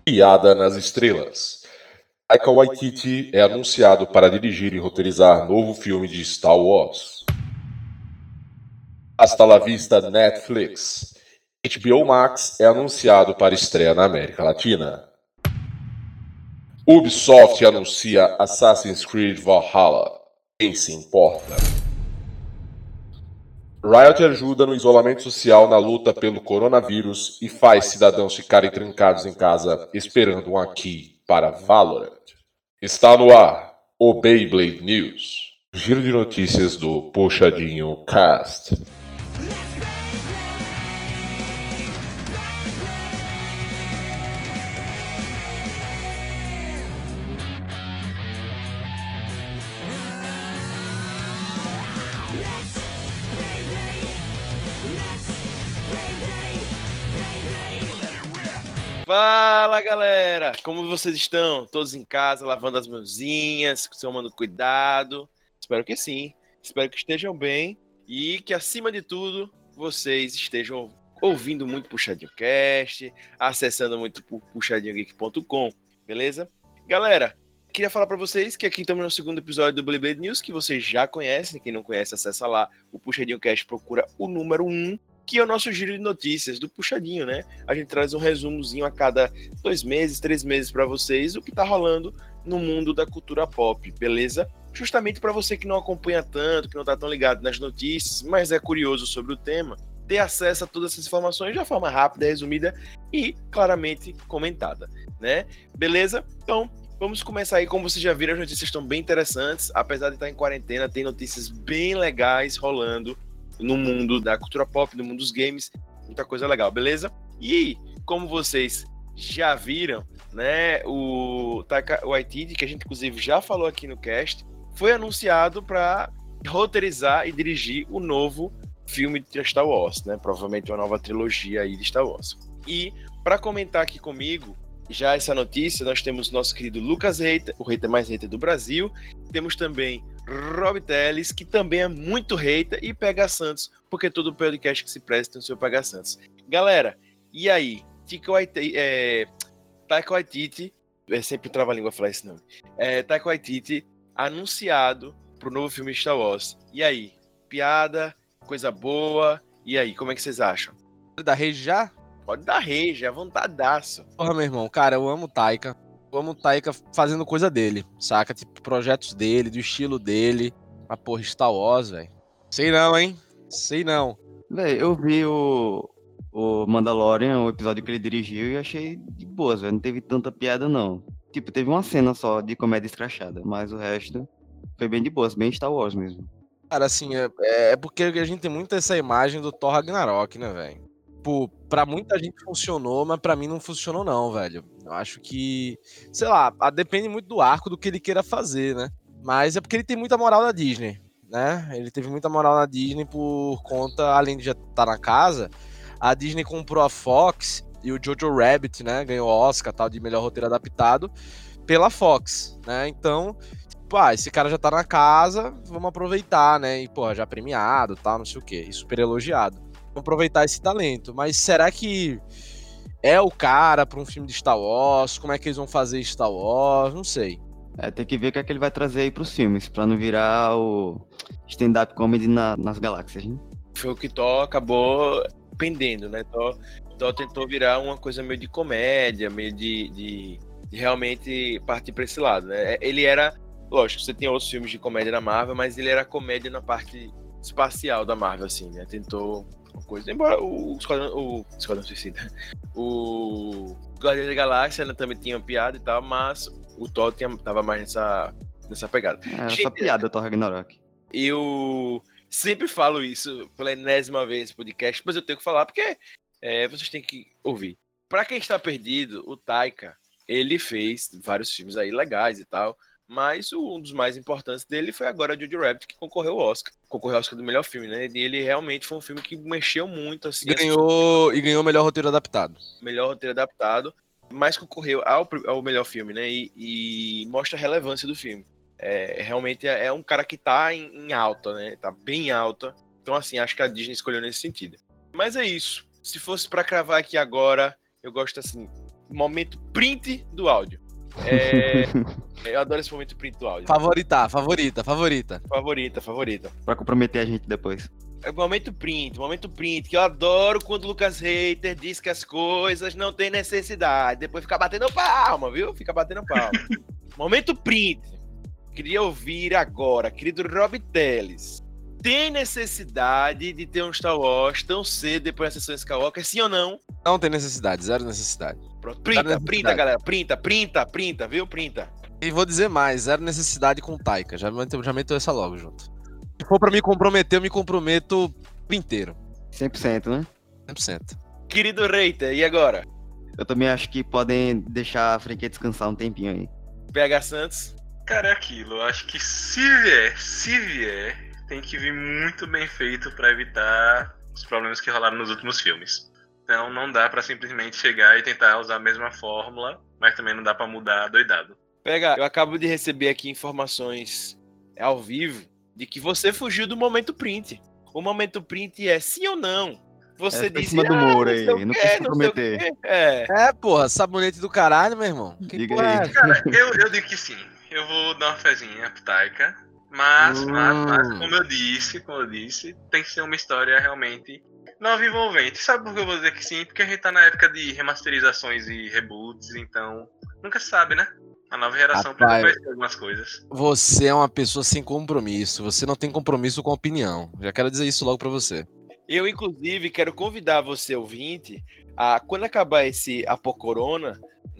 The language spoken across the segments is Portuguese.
Piada nas Estrelas. Taika Waititi é anunciado para dirigir e roteirizar novo filme de Star Wars. Hasta la vista Netflix. HBO Max é anunciado para estreia na América Latina. Ubisoft anuncia Assassin's Creed Valhalla. Quem se importa? Riot ajuda no isolamento social na luta pelo coronavírus e faz cidadãos ficarem trancados em casa esperando um aqui para Valorant. Está no ar o Beyblade News. Giro de notícias do Puxadinho Cast. Fala, galera! Como vocês estão? Todos em casa, lavando as mãozinhas, tomando cuidado? Espero que sim. Espero que estejam bem e que, acima de tudo, vocês estejam ouvindo muito Puxadinho Cast, acessando muito puxadinhogeek.com, beleza? Galera, queria falar para vocês que aqui estamos no segundo episódio do Beyblade News, que vocês já conhecem. Quem não conhece, acessa lá o Puxadinho Cast, procura o número 1, que é o nosso giro de notícias do Puxadinho, né? A gente traz um resumozinho a cada 2 meses, 3 meses para vocês, o que tá rolando no mundo da cultura pop, beleza? Justamente para você que não acompanha tanto, que não tá tão ligado nas notícias, mas é curioso sobre o tema, ter acesso a todas essas informações de uma forma rápida, resumida e claramente comentada, né? Beleza? Então, vamos começar aí. Como vocês já viram, as notícias estão bem interessantes, apesar de estar em quarentena, tem notícias bem legais rolando no mundo da cultura pop, no mundo dos games, muita coisa legal, beleza? E como vocês já viram, né, o Taika Waititi, que a gente inclusive já falou aqui no cast, foi anunciado para roteirizar e dirigir o novo filme de Star Wars, né? Provavelmente uma nova trilogia aí de Star Wars. E para comentar aqui comigo já essa notícia, nós temos nosso querido Lucas Reiter, o hater mais hater do Brasil. Temos também Rob Teles, que também é muito hater, e Pega Santos, porque todo podcast que se presta tem o seu Pega Santos. Galera, e aí? Taika Waititi, é sempre trava-língua falar esse nome, Taika Waititi anunciado pro novo filme Star Wars. E aí? Piada? Coisa boa? E aí, como é que vocês acham? Da rage já? Pode dar rage, é vontadaço. Porra, meu irmão, cara, eu amo o Taika. Eu amo o Taika fazendo coisa dele, saca? Tipo, projetos dele, do estilo dele. Mas, porra, Star Wars, velho. Sei não, hein? Sei não. Véi, eu vi o Mandalorian, o episódio que ele dirigiu, e achei de boas, velho. Não teve tanta piada, não. Tipo, teve uma cena só de comédia escrachada, mas o resto foi bem de boas, bem Star Wars mesmo. Cara, assim, é porque a gente tem muito essa imagem do Thor Ragnarok, né, velho? Pô, pra muita gente funcionou, mas pra mim não funcionou não, velho. Eu acho que, sei lá, depende muito do arco, do que ele queira fazer, né? Mas é porque ele tem muita moral na Disney, né? Ele teve muita moral na Disney por conta, além de já estar na casa, a Disney comprou a Fox e o Jojo Rabbit, né? Ganhou Oscar, tal, de melhor roteiro adaptado pela Fox, né? Então, tipo, esse cara já tá na casa, vamos aproveitar, né? E, pô, já premiado, tal, não sei o quê, e super elogiado. Vamos aproveitar esse talento. Mas será que é o cara pra um filme de Star Wars? Como é que eles vão fazer Star Wars? Não sei. Tem que ver o que é que ele vai trazer aí pros filmes, pra não virar o stand-up comedy nas galáxias, né? Foi o que Thor acabou pendendo, né? Thor tentou virar uma coisa meio de comédia, meio de realmente partir pra esse lado, né? Ele era, lógico, você tem outros filmes de comédia na Marvel, mas ele era comédia na parte espacial da Marvel, assim, né? Tentou uma coisa, embora o Esquadrão Suicida, o Guardiões da Galáxia, né, também tinha uma piada e tal, mas o Thor tava mais nessa pegada. Essa piada, Thor Ragnarok. Eu sempre falo isso pela enésima vez no podcast, mas eu tenho que falar porque vocês têm que ouvir. Pra quem está perdido, o Taika, ele fez vários filmes aí legais e tal, mas um dos mais importantes dele foi agora Jojo Rabbit, que concorreu ao Oscar. Concorreu ao Oscar do melhor filme, né? E ele realmente foi um filme que mexeu muito, assim. Ganhou o melhor roteiro adaptado. Melhor roteiro adaptado, mas concorreu ao melhor filme, né? E mostra a relevância do filme. Realmente é um cara que tá em alta, né? Tá bem alta. Então, assim, acho que a Disney escolheu nesse sentido. Mas é isso. Se fosse pra cravar aqui agora, eu gosto, assim, momento print do áudio. Eu adoro esse momento print do áudio. Favorita. Favorita. Pra comprometer a gente depois. É o momento print, que eu adoro quando o Lucas Reiter diz que as coisas não tem necessidade. Depois fica batendo palma, viu? Fica batendo palma. Momento print. Queria ouvir agora, querido Rob Teles. Tem necessidade de ter um Star Wars tão cedo depois da sessão Skywalker, sim ou não? Não tem necessidade, zero necessidade. Pronto, Zero printa, necessidade. galera. Printa, viu? Printa. E vou dizer mais, zero necessidade com o Taika. Já meteu essa logo junto. Se for pra me comprometer, eu me comprometo por inteiro. 100%, né? 100%. Querido Reiter, e agora? Eu também acho que podem deixar a franquia descansar um tempinho aí. PH Santos? Cara, é aquilo. Eu acho que se vier, tem que vir muito bem feito pra evitar os problemas que rolaram nos últimos filmes. Então não dá pra simplesmente chegar e tentar usar a mesma fórmula, mas também não dá pra mudar doidado. PH, eu acabo de receber aqui informações ao vivo de que você fugiu do momento print. O momento print é sim ou não? Você Pra disse, cima do muro aí, não quis sei o comprometer. quê. Porra, sabonete do caralho, meu irmão. Que Diga porra aí. é essa? Cara, eu digo que sim. Eu vou dar uma fezinha pro Taika. Mas, como eu disse, tem que ser uma história realmente nova e envolvente. Sabe por que eu vou dizer que sim? Porque a gente tá na época de remasterizações e reboots, então nunca se sabe, né? A nova geração pode Rapaz, conhecer algumas coisas. Você é uma pessoa sem compromisso. Você não tem compromisso com a opinião. Já quero dizer isso logo pra você. Eu, inclusive, quero convidar você, ouvinte, a, quando acabar esse Apocorona,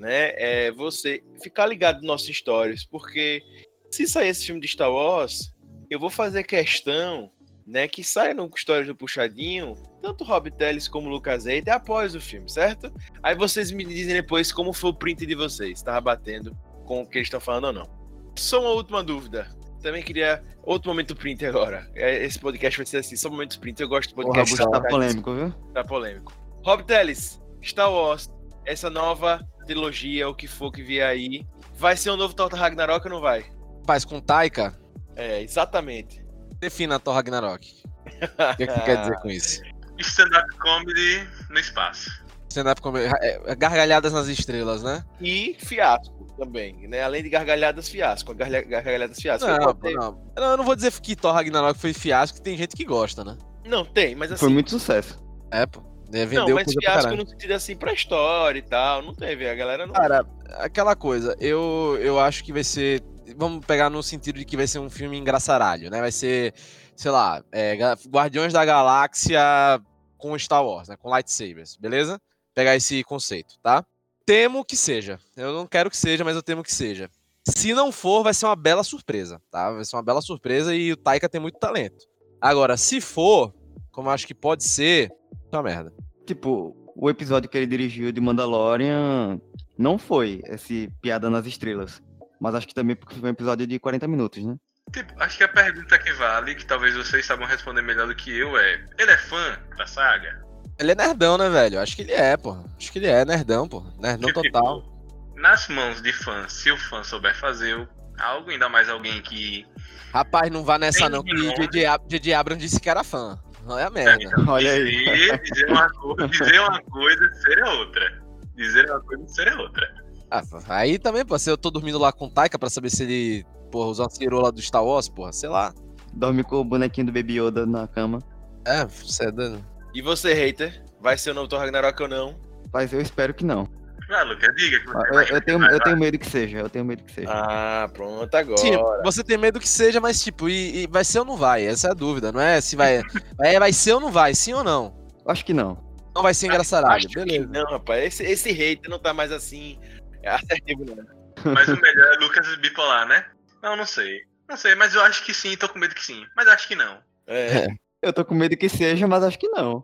né, você ficar ligado nos nossos stories, porque se sair esse filme de Star Wars, eu vou fazer questão, né, que saia no Histórias do Puxadinho, tanto Rob Teles como Lucas Reiter após o filme, certo? Aí vocês me dizem depois como foi o print de vocês, tava batendo com o que eles estão falando ou não. Só uma última dúvida. Também queria outro momento print agora. Esse podcast vai ser assim, só momentos print. Eu gosto do O podcast. Augusto tá polêmico, viu? Tá polêmico. Rob Teles, Star Wars, essa nova trilogia, o que for que vier aí, vai ser um novo Thor Ragnarok ou não vai? Rapaz, com Taika, Exatamente. defina Thor Ragnarok. O que quer dizer com isso? Stand-up comedy no espaço. Stand-up gargalhadas nas estrelas, né? E fiasco também, né? Além de gargalhadas, fiasco. Gargalhadas, fiasco. Não, eu não vou dizer que Thor Ragnarok foi fiasco, que tem gente que gosta, né? Não, tem, mas assim... Foi muito sucesso. Pô. Vendeu Não, mas coisa pra fiasco caralho. no sentido assim pra história e tal. Não teve, a galera não... Cara, aquela coisa, eu acho que vai ser... Vamos pegar no sentido de que vai ser um filme engraçaralho, né? Vai ser, sei lá, Guardiões da Galáxia com Star Wars, né? Com lightsabers, beleza? Pegar esse conceito, tá? Temo que seja. Eu não quero que seja, mas eu temo que seja. Se não for, vai ser uma bela surpresa, tá? Vai ser uma bela surpresa e o Taika tem muito talento. Agora, se for, como eu acho que pode ser, é uma merda. Tipo, o episódio que ele dirigiu de Mandalorian não foi esse Piada nas Estrelas. Mas acho que também porque foi um episódio de 40 minutos, né? Tipo, acho que a pergunta que vale, que talvez vocês saibam responder melhor do que eu, ele é fã da saga? Ele é nerdão, né, velho? Acho que ele é, pô. Acho que ele é nerdão, pô. Nerdão Tipo, total. Nas mãos de fã, se o fã souber fazer algo, ainda mais alguém que... Rapaz, não vá nessa Tem não, que nome. J.J. Abrams disse que era fã. Não é a merda. Olha aí. Dizer uma coisa, ser outra. Dizer uma coisa, ser outra. Ah, aí também, pô, se eu tô dormindo lá com o Taika pra saber se ele, porra, usa uma cirola do Star Wars, porra, sei lá. Dorme com o bonequinho do Baby Yoda na cama. Você é dano. E você, hater? Vai ser o novo Thor Ragnarok ou não? Mas eu espero que não. Vai, Lucas, diga que você vai. Eu tenho medo que seja. Ah, pronto, agora. Sim, você tem medo que seja, mas tipo, e vai ser ou não vai? Essa é a dúvida, não é se vai... vai ser ou não vai, sim ou não? Acho que não. Não vai ser engraçaralho, Acho que beleza. não, rapaz. Esse hater não tá mais assim assertivo, não. Mas o melhor é Lucas bipolar, né? Não sei. Não sei, mas eu acho que sim, tô com medo que sim. Mas acho que não. Eu tô com medo que seja, mas acho que não.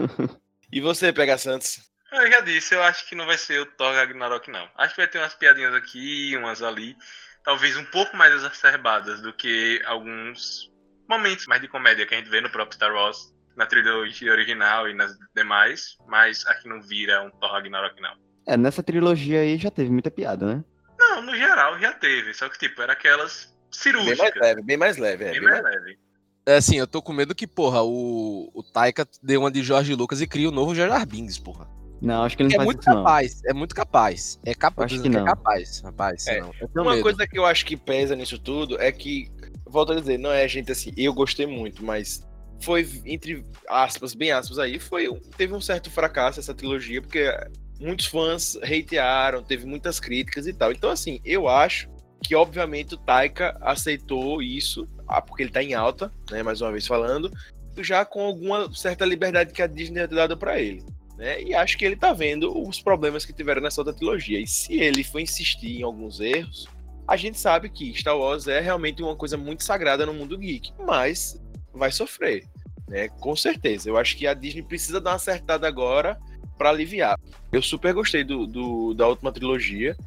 E você, PH Santos? Eu já disse, eu acho que não vai ser o Thor Ragnarok, não. Acho que vai ter umas piadinhas aqui, umas ali. Talvez um pouco mais exacerbadas do que alguns momentos mais de comédia que a gente vê no próprio Star Wars, na trilogia original e nas demais. Mas aqui não vira um Thor Ragnarok, não. Nessa trilogia aí já teve muita piada, né? Não, no geral já teve. Só que, tipo, era aquelas cirúrgicas. Bem mais leve. Bem mais leve. É assim, eu tô com medo que, porra, o Taika deu uma de George Lucas e cria o novo Jar Jar Binks, porra. Não, acho que ele não É faz muito isso, não. capaz, é muito capaz. É capaz, Acho que não. é capaz, rapaz. É, Não. Eu tenho Uma medo. coisa que eu acho que pesa nisso tudo é que, volto a dizer, não é gente assim, eu gostei muito, mas foi, entre aspas, bem aspas aí, teve um certo fracasso essa trilogia, porque muitos fãs hatearam, teve muitas críticas e tal. Então, assim, eu acho que, obviamente, o Taika aceitou isso, porque ele tá em alta, né, mais uma vez falando, já com alguma certa liberdade que a Disney had dado pra ele. Né? E acho que ele tá vendo os problemas que tiveram nessa outra trilogia. E se ele for insistir em alguns erros, a gente sabe que Star Wars é realmente uma coisa muito sagrada no mundo geek, mas vai sofrer, né? Com certeza. Eu acho que a Disney precisa dar uma acertada agora para aliviar. Eu super gostei da última trilogia,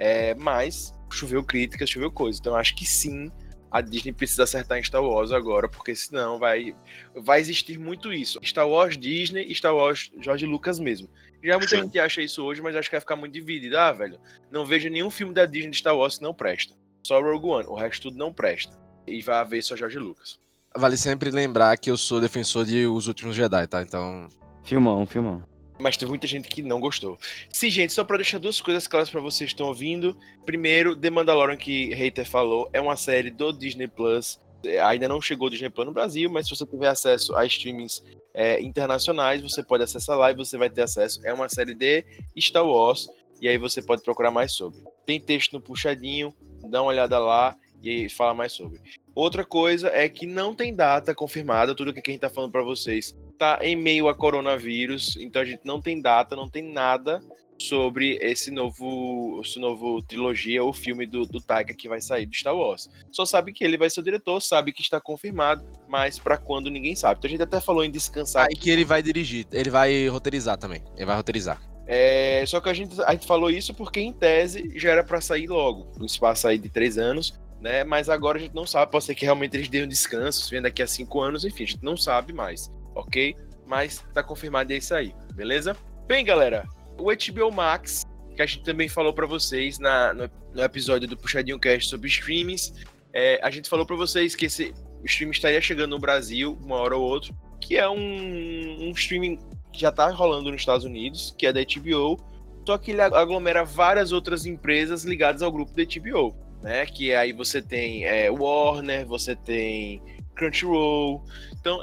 mas choveu críticas, choveu coisa. Então acho que sim, a Disney precisa acertar em Star Wars agora, porque senão vai existir muito isso. Star Wars Disney e Star Wars George Lucas mesmo. Já muita gente acha isso hoje, mas acho que vai ficar muito dividido. Ah, velho, não vejo nenhum filme da Disney de Star Wars que não presta. Só Rogue One, o resto tudo não presta. E vai haver só George Lucas. Vale sempre lembrar que eu sou defensor de Os Últimos Jedi, tá? Então... Filmão. Mas teve muita gente que não gostou. Sim, gente, só pra deixar duas coisas claras pra vocês que estão ouvindo. Primeiro, The Mandalorian, que Hater falou, é uma série do Disney Plus. Ainda não chegou o Disney Plus no Brasil, mas se você tiver acesso a streamings internacionais, você pode acessar lá e você vai ter acesso. É uma série de Star Wars, e aí você pode procurar mais sobre. Tem texto no Puxadinho, dá uma olhada lá e fala mais sobre. Outra coisa é que não tem data confirmada, tudo que a gente tá falando pra vocês tá em meio a coronavírus, então a gente não tem data, não tem nada sobre esse novo trilogia ou filme do Taika que vai sair do Star Wars. Só sabe que ele vai ser o diretor, sabe que está confirmado, mas pra quando ninguém sabe. Então a gente até falou em descansar. E que ele vai dirigir, ele vai roteirizar também, ele vai roteirizar. Só que a gente falou isso porque em tese já era pra sair logo, no espaço aí de 3 anos, né? Mas agora a gente não sabe, pode ser que realmente eles deem um descanso, se vem daqui a 5 anos, enfim, a gente não sabe mais. Ok? Mas tá confirmado isso aí, beleza? Bem, galera, o HBO Max, que a gente também falou pra vocês no episódio do Puxadinho Cast sobre streamings, a gente falou pra vocês que esse streaming estaria chegando no Brasil, uma hora ou outra, que é um streaming que já tá rolando nos Estados Unidos, que é da HBO, só que ele aglomera várias outras empresas ligadas ao grupo da HBO, né? Que aí você tem Warner, você tem Crunchyroll. Então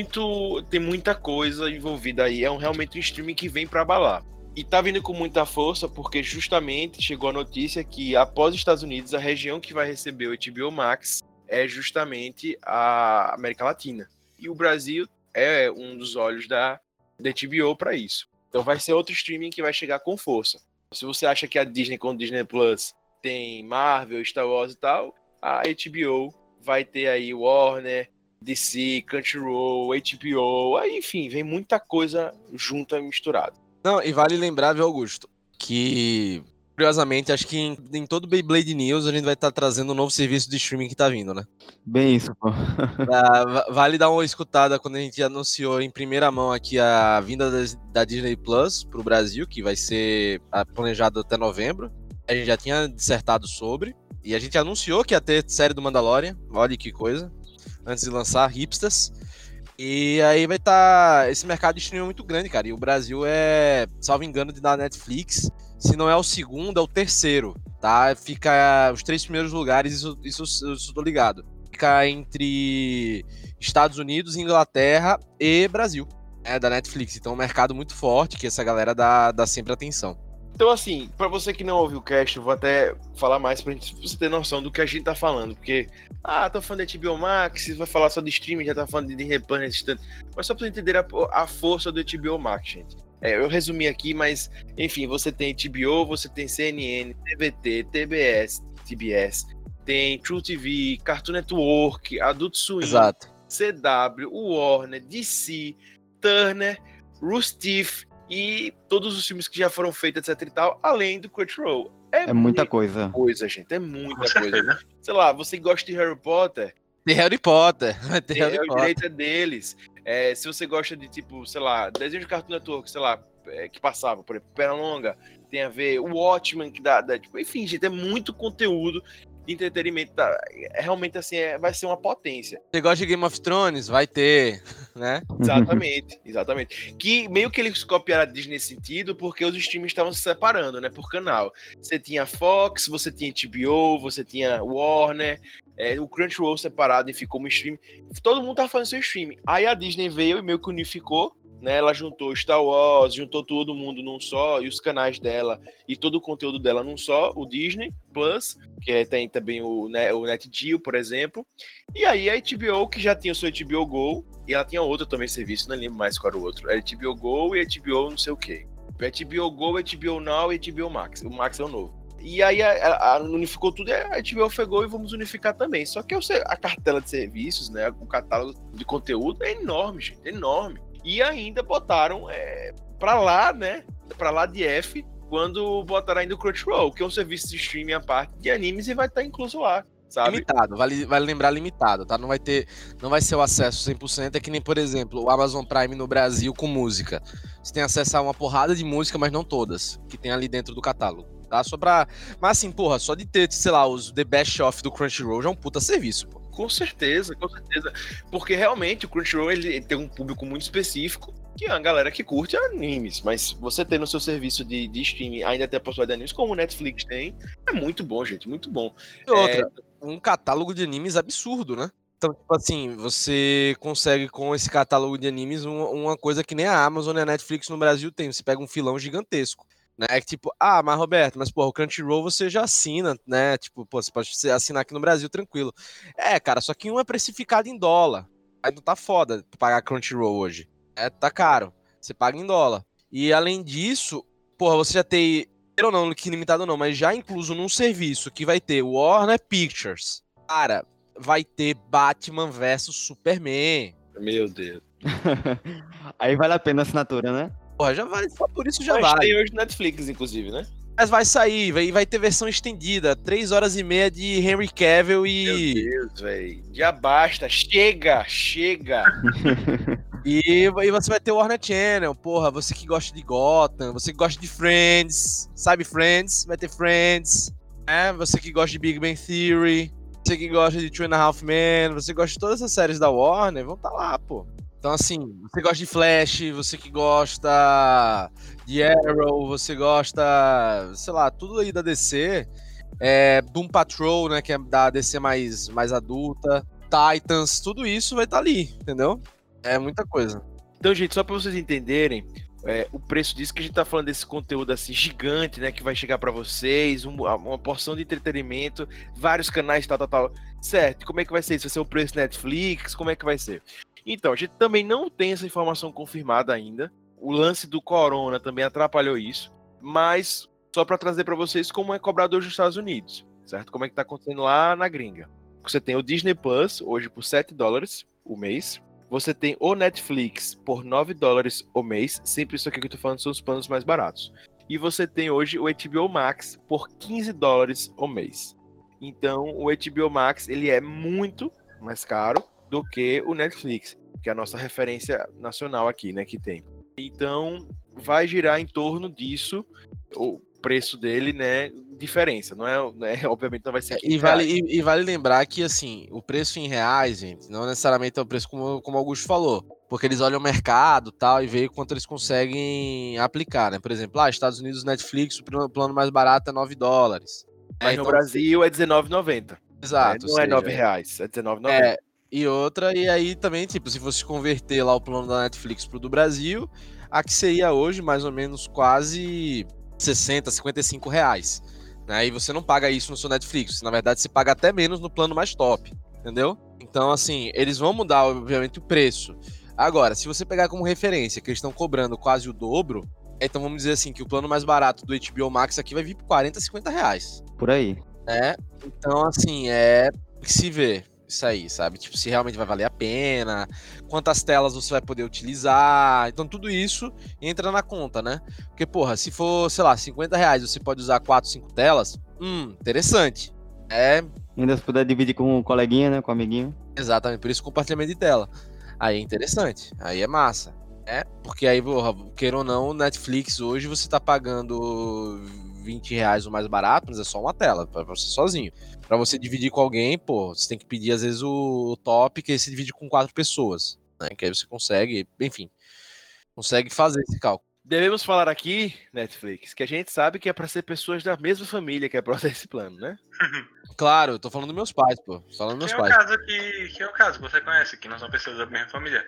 tem muita coisa envolvida aí. Realmente um streaming que vem para abalar. E tá vindo com muita força porque justamente chegou a notícia que após os Estados Unidos, a região que vai receber o HBO Max é justamente a América Latina. E o Brasil é um dos olhos da HBO para isso. Então vai ser outro streaming que vai chegar com força. Se você acha que a Disney com o Disney Plus tem Marvel, Star Wars e tal, a HBO vai ter aí Warner, DC, Crunchyroll, HBO, aí enfim, vem muita coisa junta e misturada. Não, e vale lembrar, viu, Augusto, que curiosamente, acho que em todo o Beyblade News a gente vai estar trazendo um novo serviço de streaming que tá vindo, né? Bem isso, pô. Vale dar uma escutada quando a gente anunciou em primeira mão aqui a vinda da Disney Plus pro Brasil, que vai ser planejado até novembro. A gente já tinha dissertado sobre, e a gente anunciou que ia ter série do Mandalorian, olha que coisa, antes de lançar Hipsters. E aí vai estar esse mercado de streaming muito grande, cara, e o Brasil salvo engano, da Netflix, se não é o segundo, é o terceiro, tá? Fica os 3 primeiros lugares, isso tô ligado. Fica entre Estados Unidos, Inglaterra e Brasil, da Netflix. Então é um mercado muito forte, que essa galera dá sempre atenção. Então, assim, pra você que não ouviu o cast, eu vou até falar mais pra você ter noção do que a gente tá falando. Porque, tô falando de HBO Max, vai falar só de streaming, já tá falando de Replay, mas só pra você entender a força do HBO Max, gente. Eu resumi aqui, mas, enfim, você tem HBO, você tem CNN, TVT, TBS, tem True TV, Cartoon Network, Adult Swim, Exato. CW, Warner, DC, Turner, Rooster e todos os filmes que já foram feitos, etc e tal, além do Crunchyroll. É muita coisa. Gente, é muita coisa. Sei lá, você gosta de Harry Potter? Tem Harry Potter. O direito é deles. Se você gosta de, tipo, sei lá, desenho de Cartoon Network, sei lá, que passava, por exemplo, Pernalonga, tem a ver o Watchmen, que dá tipo, enfim, gente, é muito conteúdo. de entretenimento. Realmente, assim, vai ser uma potência. Você gosta de Game of Thrones? Vai ter, né? Exatamente, exatamente. Que meio que eles copiaram a Disney nesse sentido, porque os streams estavam se separando, né, por canal. Você tinha Fox, você tinha HBO, você tinha Warner, o Crunchyroll separado e ficou um stream. Todo mundo tava fazendo seu stream. Aí a Disney veio e meio que unificou, né? Ela juntou Star Wars, juntou todo mundo num só, e os canais dela e todo o conteúdo dela num só, o Disney Plus, que tem também o NetGeo, por exemplo. E aí a HBO, que já tinha o seu HBO Go, e ela tinha outro também serviço, não lembro mais qual era o outro. Era HBO Go e HBO não sei o quê. HBO Go, HBO Now e HBO Max. O Max é o novo. E aí unificou tudo, e a HBO pegou e vamos unificar também. Só que a cartela de serviços, né, o catálogo de conteúdo é enorme, gente, é enorme. E ainda botaram pra lá, né, pra lá de F, quando botaram ainda o Crunchyroll, que é um serviço de streaming à parte de animes e vai estar incluso lá, sabe? Limitado, vale lembrar limitado, tá? Não vai ser o acesso 100%, é que nem, por exemplo, o Amazon Prime no Brasil com música. Você tem acesso a uma porrada de música, mas não todas, que tem ali dentro do catálogo, tá? Mas assim, porra, só de ter, sei lá, os The Best Of do Crunchyroll já é um puta serviço, pô. Com certeza, com certeza. Porque realmente o Crunchyroll ele tem um público muito específico, que é a galera que curte animes. Mas você ter no seu serviço de streaming ainda ter a possibilidade de animes, como o Netflix tem, é muito bom, gente, muito bom. E outra, um catálogo de animes absurdo, né? Então, tipo assim, você consegue com esse catálogo de animes uma coisa que nem a Amazon e a Netflix no Brasil tem. Você pega um filão gigantesco. Né? É que tipo, mas Roberto, mas porra, o Crunchyroll você já assina, né? Tipo, pô, você pode assinar aqui no Brasil tranquilo. Cara, só que um é precificado em dólar. Aí não tá foda pagar Crunchyroll hoje. Tá caro. Você paga em dólar. E além disso, porra, você já tem, ou não, que limitado não, mas já incluso num serviço que vai ter Warner Pictures. Cara, vai ter Batman vs Superman. Meu Deus. Aí vale a pena a assinatura, né? Porra, já vale, só por isso já Mas vale. tem hoje Netflix, inclusive, né? Mas vai sair, vai ter versão estendida, 3 horas e meia de Henry Cavill e... Meu Deus, velho. Já basta, chega! E você vai ter o Warner Channel, porra, você que gosta de Gotham, você que gosta de Friends, sabe Friends? Vai ter Friends, né? Você que gosta de Big Bang Theory, você que gosta de Two and a Half Men, você gosta de todas essas séries da Warner, vão tá lá, pô. Então, assim, você gosta de Flash, você que gosta de Arrow, você gosta, sei lá, tudo aí da DC, Doom Patrol, né, que é da DC mais adulta, Titans, tudo isso vai estar ali, entendeu? É muita coisa. Então, gente, só pra vocês entenderem, o preço disso que a gente tá falando desse conteúdo assim gigante, né, que vai chegar pra vocês, uma porção de entretenimento, vários canais, tal. Certo, como é que vai ser isso? Vai ser o preço Netflix? Como é que vai ser? Então, a gente também não tem essa informação confirmada ainda. O lance do corona também atrapalhou isso, mas só para trazer para vocês como é cobrado hoje nos Estados Unidos, certo? Como é que tá acontecendo lá na gringa. Você tem o Disney Plus hoje por $7 o mês. Você tem o Netflix por $9 o mês. Sempre isso aqui que eu tô falando são os planos mais baratos. E você tem hoje o HBO Max por $15 o mês. Então, o HBO Max ele é muito mais caro do que o Netflix, que é a nossa referência nacional aqui, né, que tem. Então, vai girar em torno disso, o preço dele, né, diferença, não é obviamente não vai ser e vale lembrar que, assim, o preço em reais, gente, não necessariamente é o preço como o Augusto falou, porque eles olham o mercado tal e veem quanto eles conseguem aplicar, né, por exemplo, Estados Unidos, Netflix, o plano mais barato é $9. Mas então, no Brasil é R$19,90. Exato. Não é R$9, é R$19,90. E aí também, tipo, se você converter lá o plano da Netflix pro do Brasil, a que seria hoje mais ou menos quase R$60, R$55, né? E você não paga isso no seu Netflix, na verdade você paga até menos no plano mais top, entendeu? Então, assim, eles vão mudar, obviamente, o preço. Agora, se você pegar como referência que eles estão cobrando quase o dobro, então vamos dizer assim, que o plano mais barato do HBO Max aqui vai vir por R$40, R$50. Por aí. Então, assim, é que se vê isso aí, sabe? Tipo, se realmente vai valer a pena, quantas telas você vai poder utilizar. Então, tudo isso entra na conta, né? Porque, porra, se for, sei lá, R$50, você pode usar 4, 5 telas. Interessante. Ainda se puder dividir com um coleguinha, né? Com um amiguinho. Exatamente, por isso compartilhamento de tela. Aí é interessante, aí é massa. Porque aí, porra, queira ou não, o Netflix hoje você tá pagando R$20 o mais barato, mas é só uma tela, pra você sozinho. Pra você dividir com alguém, pô, você tem que pedir às vezes o top, que aí você divide com 4 pessoas, né? Que aí você consegue, enfim, consegue fazer esse cálculo. Devemos falar aqui, Netflix, que a gente sabe que é pra ser pessoas da mesma família que é pra usar esse plano, né? Claro, eu tô falando dos meus pais, pô. Tô falando dos Que meus é o pais. caso que é o caso que você conhece, que não são pessoas da mesma família.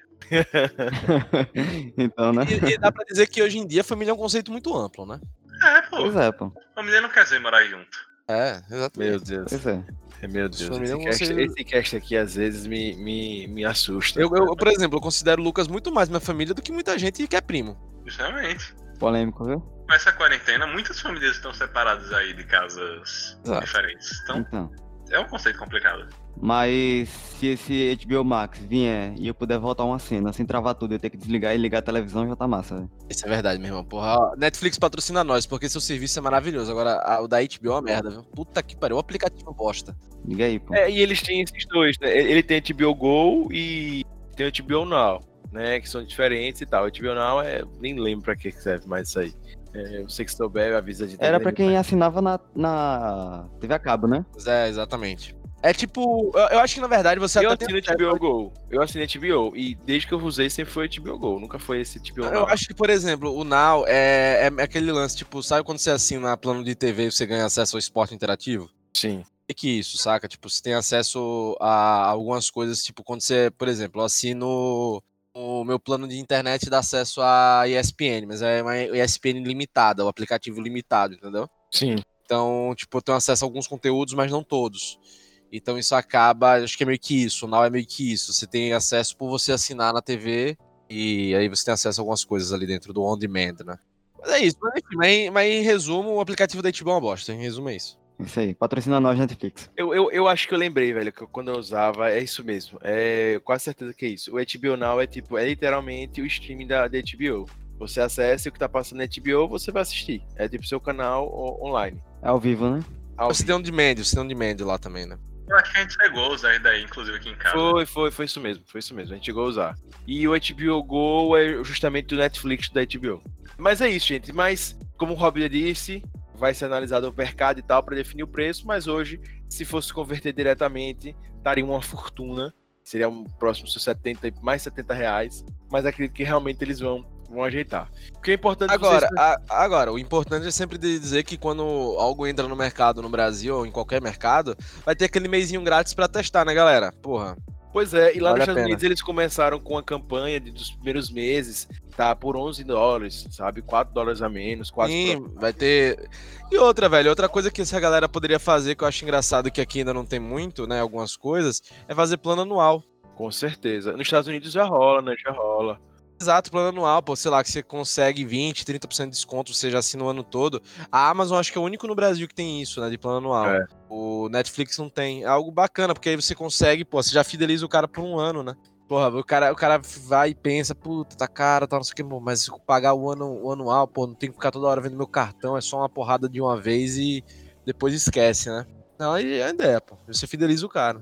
Então, né? E dá pra dizer que hoje em dia a família é um conceito muito amplo, né? É, pô. Pois é, pô. Família não quer dizer morar junto. É, exatamente. Meu Deus. Pois é. Meu Deus. Família Esse cast aqui às vezes me assusta. Eu, por exemplo, eu considero o Lucas muito mais minha família do que muita gente que é primo. Justamente. Polêmico, viu? Com essa quarentena, muitas famílias estão separadas aí de casas Exato. diferentes. Então, Então. é um conceito complicado. Mas se esse HBO Max vier e eu puder voltar uma cena sem travar tudo, eu ter que desligar e ligar a televisão, já tá massa, velho. Isso é verdade, meu irmão. Porra, ó, Netflix patrocina nós, porque seu serviço é maravilhoso. Agora, o da HBO é uma merda, viu? Puta que pariu, o aplicativo bosta. Liga aí, pô. É, e eles têm esses dois, né? Ele tem HBO Go e tem o HBO Now, né? Que são diferentes e tal. O HBO Now nem lembro pra que serve mais isso aí. Eu sei que se souber, avisa de Era pra quem assinava na TV a cabo, né? Pois é, exatamente. É tipo, eu acho que na verdade você Eu até assino HBO Go. Eu assinei HBO. E desde que eu usei sempre foi HBO Go. Nunca foi esse HBO Eu Now. acho que, por exemplo, o Now é aquele lance, tipo, sabe quando você assina plano de TV e você ganha acesso ao esporte interativo? Sim. É que isso, saca? Tipo, você tem acesso a algumas coisas, tipo, quando você, por exemplo, eu assino o meu plano de internet dá acesso a ESPN, mas é uma ESPN limitada, o aplicativo limitado, entendeu? Sim. Então, tipo, eu tenho acesso a alguns conteúdos, mas não todos. Então isso acaba, acho que é meio que isso, o Now é meio que isso. Você tem acesso por você assinar na TV e aí você tem acesso a algumas coisas ali dentro do On Demand, né? Mas é isso, mas em resumo, o aplicativo da HBO é uma bosta, em resumo é isso. Isso aí, patrocina nós, Netflix. Eu acho que eu lembrei, velho, que quando eu usava, é isso mesmo. Quase certeza que é isso. O HBO Now é literalmente o streaming da HBO. Você acessa e o que tá passando na HBO, você vai assistir. É tipo seu canal online. É ao vivo, né? Você tem um demand lá também, né? Eu acho que a gente chegou a usar isso daí, inclusive aqui em casa. Foi isso mesmo, A gente chegou a usar. E o HBO Go é justamente o Netflix da HBO. Mas é isso, gente. Mas, como o Rob disse, vai ser analisado o mercado e tal para definir o preço, mas hoje, se fosse converter diretamente, daria uma fortuna. Seria um próximo mais R$70, mas acredito que realmente eles vão ajeitar. O que é importante Agora, o importante é sempre dizer que quando algo entra no mercado no Brasil ou em qualquer mercado, vai ter aquele mesinho grátis pra testar, né, galera? Porra. Pois é, e lá Vale nos a Estados pena. Unidos eles começaram com a campanha dos primeiros meses, tá por $11, sabe? $4 a menos, quase. Sim, vai ter. E outra, velho, outra coisa que essa galera poderia fazer, que eu acho engraçado que aqui ainda não tem muito, né? Algumas coisas, é fazer plano anual. Com certeza. Nos Estados Unidos já rola, né? Já rola. Exato, plano anual, pô, sei lá, que você consegue 20, 30% de desconto, você já assina o ano todo. A Amazon acho que é o único no Brasil que tem isso, né, de plano anual. É. O Netflix não tem. É algo bacana, porque aí você consegue, pô, você já fideliza o cara por um ano, né? Porra, o cara vai e pensa, puta, tá caro, tá não sei o que, mas se eu pagar o anual, pô, não tem que ficar toda hora vendo meu cartão, é só uma porrada de uma vez e depois esquece, né? Não, aí é a ideia, pô, você fideliza o cara.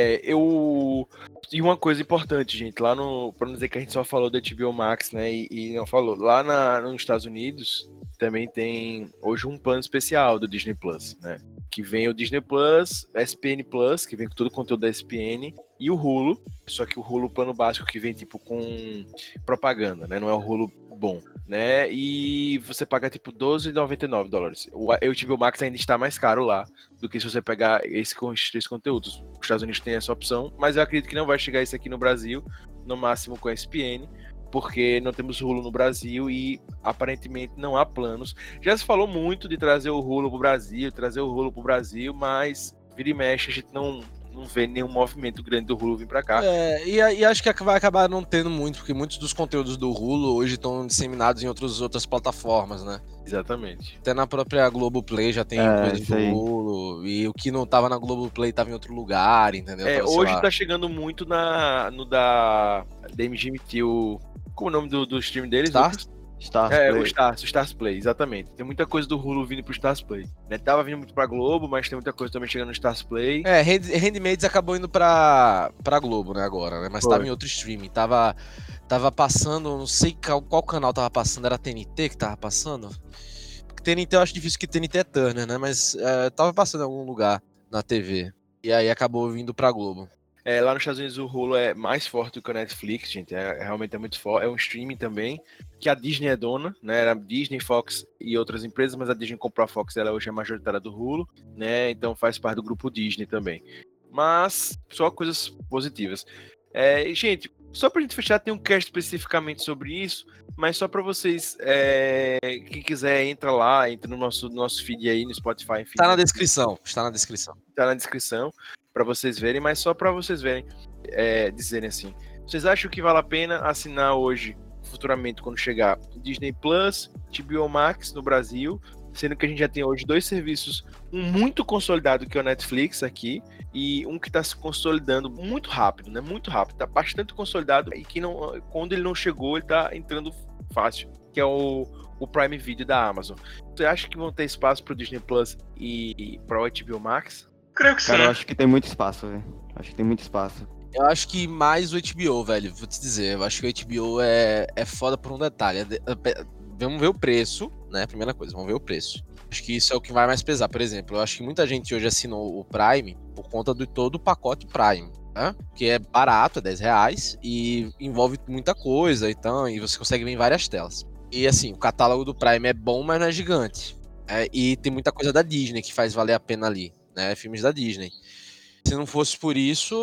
E uma coisa importante, gente, lá pra não dizer que a gente só falou do HBO Max, né, e não falou, lá nos Estados Unidos também tem hoje um plano especial do Disney Plus, né, que vem o Disney Plus, SPN Plus, que vem com todo o conteúdo da SPN, e o Hulu, só que o Hulu plano básico que vem tipo com propaganda, né, não é o Hulu bom, né, e você paga tipo $12,99. O HBO Max ainda está mais caro lá do que se você pegar esses três conteúdos. Os Estados Unidos tem essa opção, mas eu acredito que não vai chegar isso aqui no Brasil, no máximo com a SPN, porque não temos Hulu no Brasil e aparentemente não há planos. Já se falou muito de trazer o Hulu pro Brasil, mas vira e mexe a gente não vê nenhum movimento grande do Hulu vir pra cá. E acho que vai acabar não tendo muito, porque muitos dos conteúdos do Hulu hoje estão disseminados em outras plataformas, né? Exatamente. Até na própria Globoplay já tem coisa do Hulu, e o que não tava na Globoplay tava em outro lugar, entendeu? Hoje tá chegando muito no da MGMT, como é o nome do stream deles? Stars? O Stars Play, exatamente. Tem muita coisa do Hulu vindo pro Stars Play. Né? Tava vindo muito pra Globo, mas tem muita coisa também chegando no Stars Play. Handmaids acabou indo pra Globo, né, agora, né? Mas tava em outro streaming. Tava passando, não sei qual canal tava passando, era a TNT que tava passando? TNT eu acho difícil que TNT é Turner, né? Mas tava passando em algum lugar na TV. E aí acabou vindo pra Globo. Lá nos Estados Unidos o Hulu é mais forte do que a Netflix, gente. Realmente é muito forte. É um streaming também, que a Disney é dona, né? Era Disney, Fox e outras empresas, mas a Disney comprou a Fox, ela hoje é majoritária do Hulu, né? Então faz parte do grupo Disney também. Mas só coisas positivas. Gente, só pra gente fechar, tem um cast especificamente sobre isso, mas só pra vocês, quem quiser, entra no nosso feed aí, no Spotify. Enfim, Está na descrição. Tá na descrição para vocês verem, mas só para vocês verem, dizerem assim. Vocês acham que vale a pena assinar hoje, futuramente, quando chegar Disney Plus, HBO Max no Brasil, sendo que a gente já tem hoje 2 serviços, um muito consolidado que é o Netflix aqui, e um que está se consolidando muito rápido, né? Muito rápido, tá bastante consolidado, e que não, quando ele não chegou, ele tá entrando fácil, que é o Prime Video da Amazon. Você acha que vão ter espaço pro Disney Plus e pro HBO Max? Creio que sim. Cara, eu acho que tem muito espaço, velho. Acho que tem muito espaço. Eu acho que mais o HBO, velho. Vou te dizer. Eu acho que o HBO é foda por um detalhe. Vamos ver o preço, né? Primeira coisa, vamos ver o preço. Acho que isso é o que vai mais pesar. Por exemplo, eu acho que muita gente hoje assinou o Prime por conta de todo o pacote Prime, né? Que é barato, é R$10 e envolve muita coisa, então, e você consegue ver em várias telas. E assim, o catálogo do Prime é bom, mas não é gigante. E tem muita coisa da Disney que faz valer a pena ali, né? Filmes da Disney. Se não fosse por isso,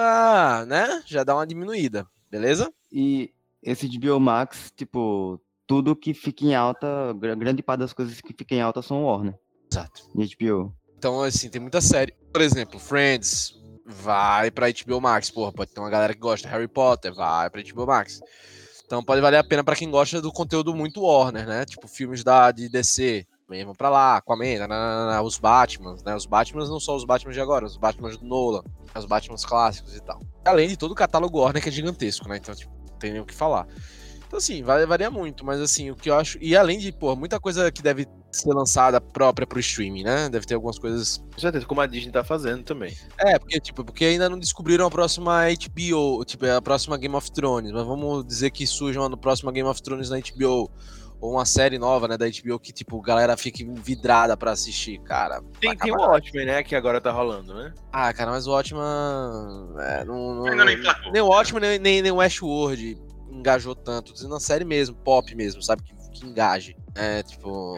né? Já dá uma diminuída, beleza? E esse HBO Max, tipo, tudo que fica em alta, grande parte das coisas que ficam em alta são Warner. Exato. De HBO. Então, assim, tem muita série. Por exemplo, Friends vai pra HBO Max. Porra, pode ter uma galera que gosta. Harry Potter vai pra HBO Max. Então pode valer a pena pra quem gosta do conteúdo muito Warner, né? Tipo, filmes de DC. Vão pra lá, Aquaman, os Batmans, né? Os Batmans não são os Batmans de agora, os Batmans do Nolan, os Batmans clássicos e tal. Além de todo o catálogo Warner que é gigantesco, né? Então, tipo, não tem nem o que falar. Então, assim, varia muito, mas assim, o que eu acho... E além de, pô, muita coisa que deve ser lançada própria pro streaming, né? Deve ter algumas coisas... Com certeza, como a Disney tá fazendo também. Porque ainda não descobriram a próxima HBO, tipo, a próxima Game of Thrones, mas vamos dizer que surja uma próxima Game of Thrones na HBO, ou uma série nova, né, da HBO que, tipo, a galera fique vidrada pra assistir, cara. Tem o Watchmen, né, que agora tá rolando, né? Ah, cara, mas o Watchmen... Ainda nem placou. Nem o Watchmen, nem o Westworld engajou tanto, dizendo a série mesmo, pop mesmo, sabe, que engaje. Tipo...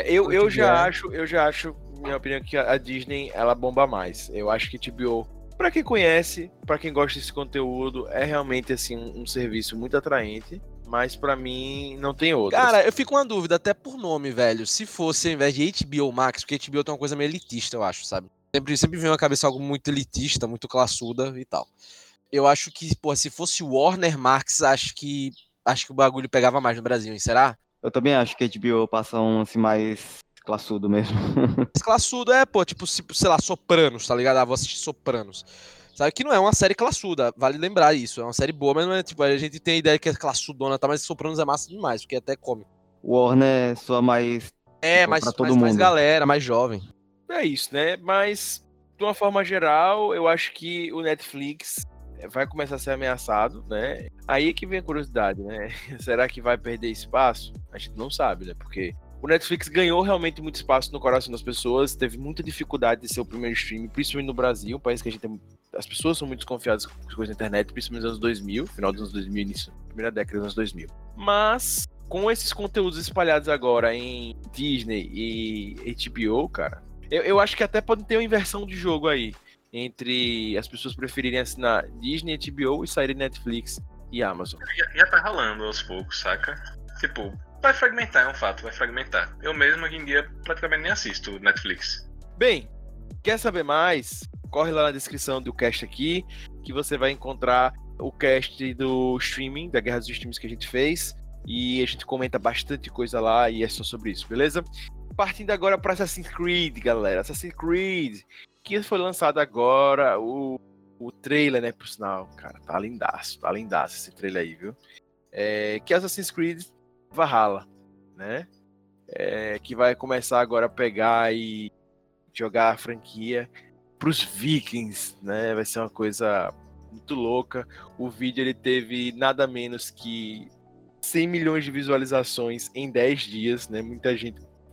Eu já acho, minha opinião, que a Disney, ela bomba mais. Eu acho que HBO, pra quem conhece, pra quem gosta desse conteúdo, é realmente, assim, um serviço muito atraente. Mas pra mim não tem outra. Cara, eu fico com uma dúvida, até por nome, velho. Se fosse ao invés de HBO Max, porque HBO tem uma coisa meio elitista, eu acho, sabe? Sempre vem na cabeça algo muito elitista, muito classuda e tal. Eu acho que, pô, se fosse Warner Max, acho que o bagulho pegava mais no Brasil, hein? Será? Eu também acho que a HBO passa um assim mais classudo mesmo. Classudo pô, tipo, sei lá, Sopranos, tá ligado? Vou assistir Sopranos. Sabe que não é uma série classuda, vale lembrar isso. É uma série boa, mas não é tipo, a gente tem a ideia que é classudona, tá? Mas Sopranos é massa demais, porque é até cômico. O Warner soa mais. Mais pra todo mundo. Mais galera, mais jovem. É isso, né? Mas, de uma forma geral, eu acho que o Netflix vai começar a ser ameaçado, né? Aí é que vem a curiosidade, né? Será que vai perder espaço? A gente não sabe, né? Porque o Netflix ganhou realmente muito espaço no coração das pessoas, teve muita dificuldade de ser o primeiro streaming, principalmente no Brasil, um país que a gente tem... As pessoas são muito desconfiadas com as coisas da internet, principalmente nos anos 2000, final dos anos 2000, início, primeira década dos anos 2000. Mas, com esses conteúdos espalhados agora em Disney e HBO, cara, eu acho que até pode ter uma inversão de jogo aí, entre as pessoas preferirem assinar Disney, HBO e saírem Netflix e Amazon. Já tá rolando aos poucos, saca? Tipo, vai fragmentar, é um fato, vai fragmentar. Eu mesmo, hoje em dia, praticamente nem assisto Netflix. Bem, quer saber mais? Corre lá na descrição do cast aqui, que você vai encontrar o cast do streaming, da Guerra dos Streams que a gente fez, e a gente comenta bastante coisa lá, e é só sobre isso, beleza? Partindo agora para Assassin's Creed, galera. Assassin's Creed, que foi lançado agora, o trailer, né, por sinal, cara, tá lindaço esse trailer aí, viu? Que é Assassin's Creed Valhalla, né? Que vai começar agora a pegar e jogar a franquia pros Vikings, né? Vai ser uma coisa muito louca. O vídeo ele teve nada menos que 100 milhões de visualizações em 10 dias, né? Muita gente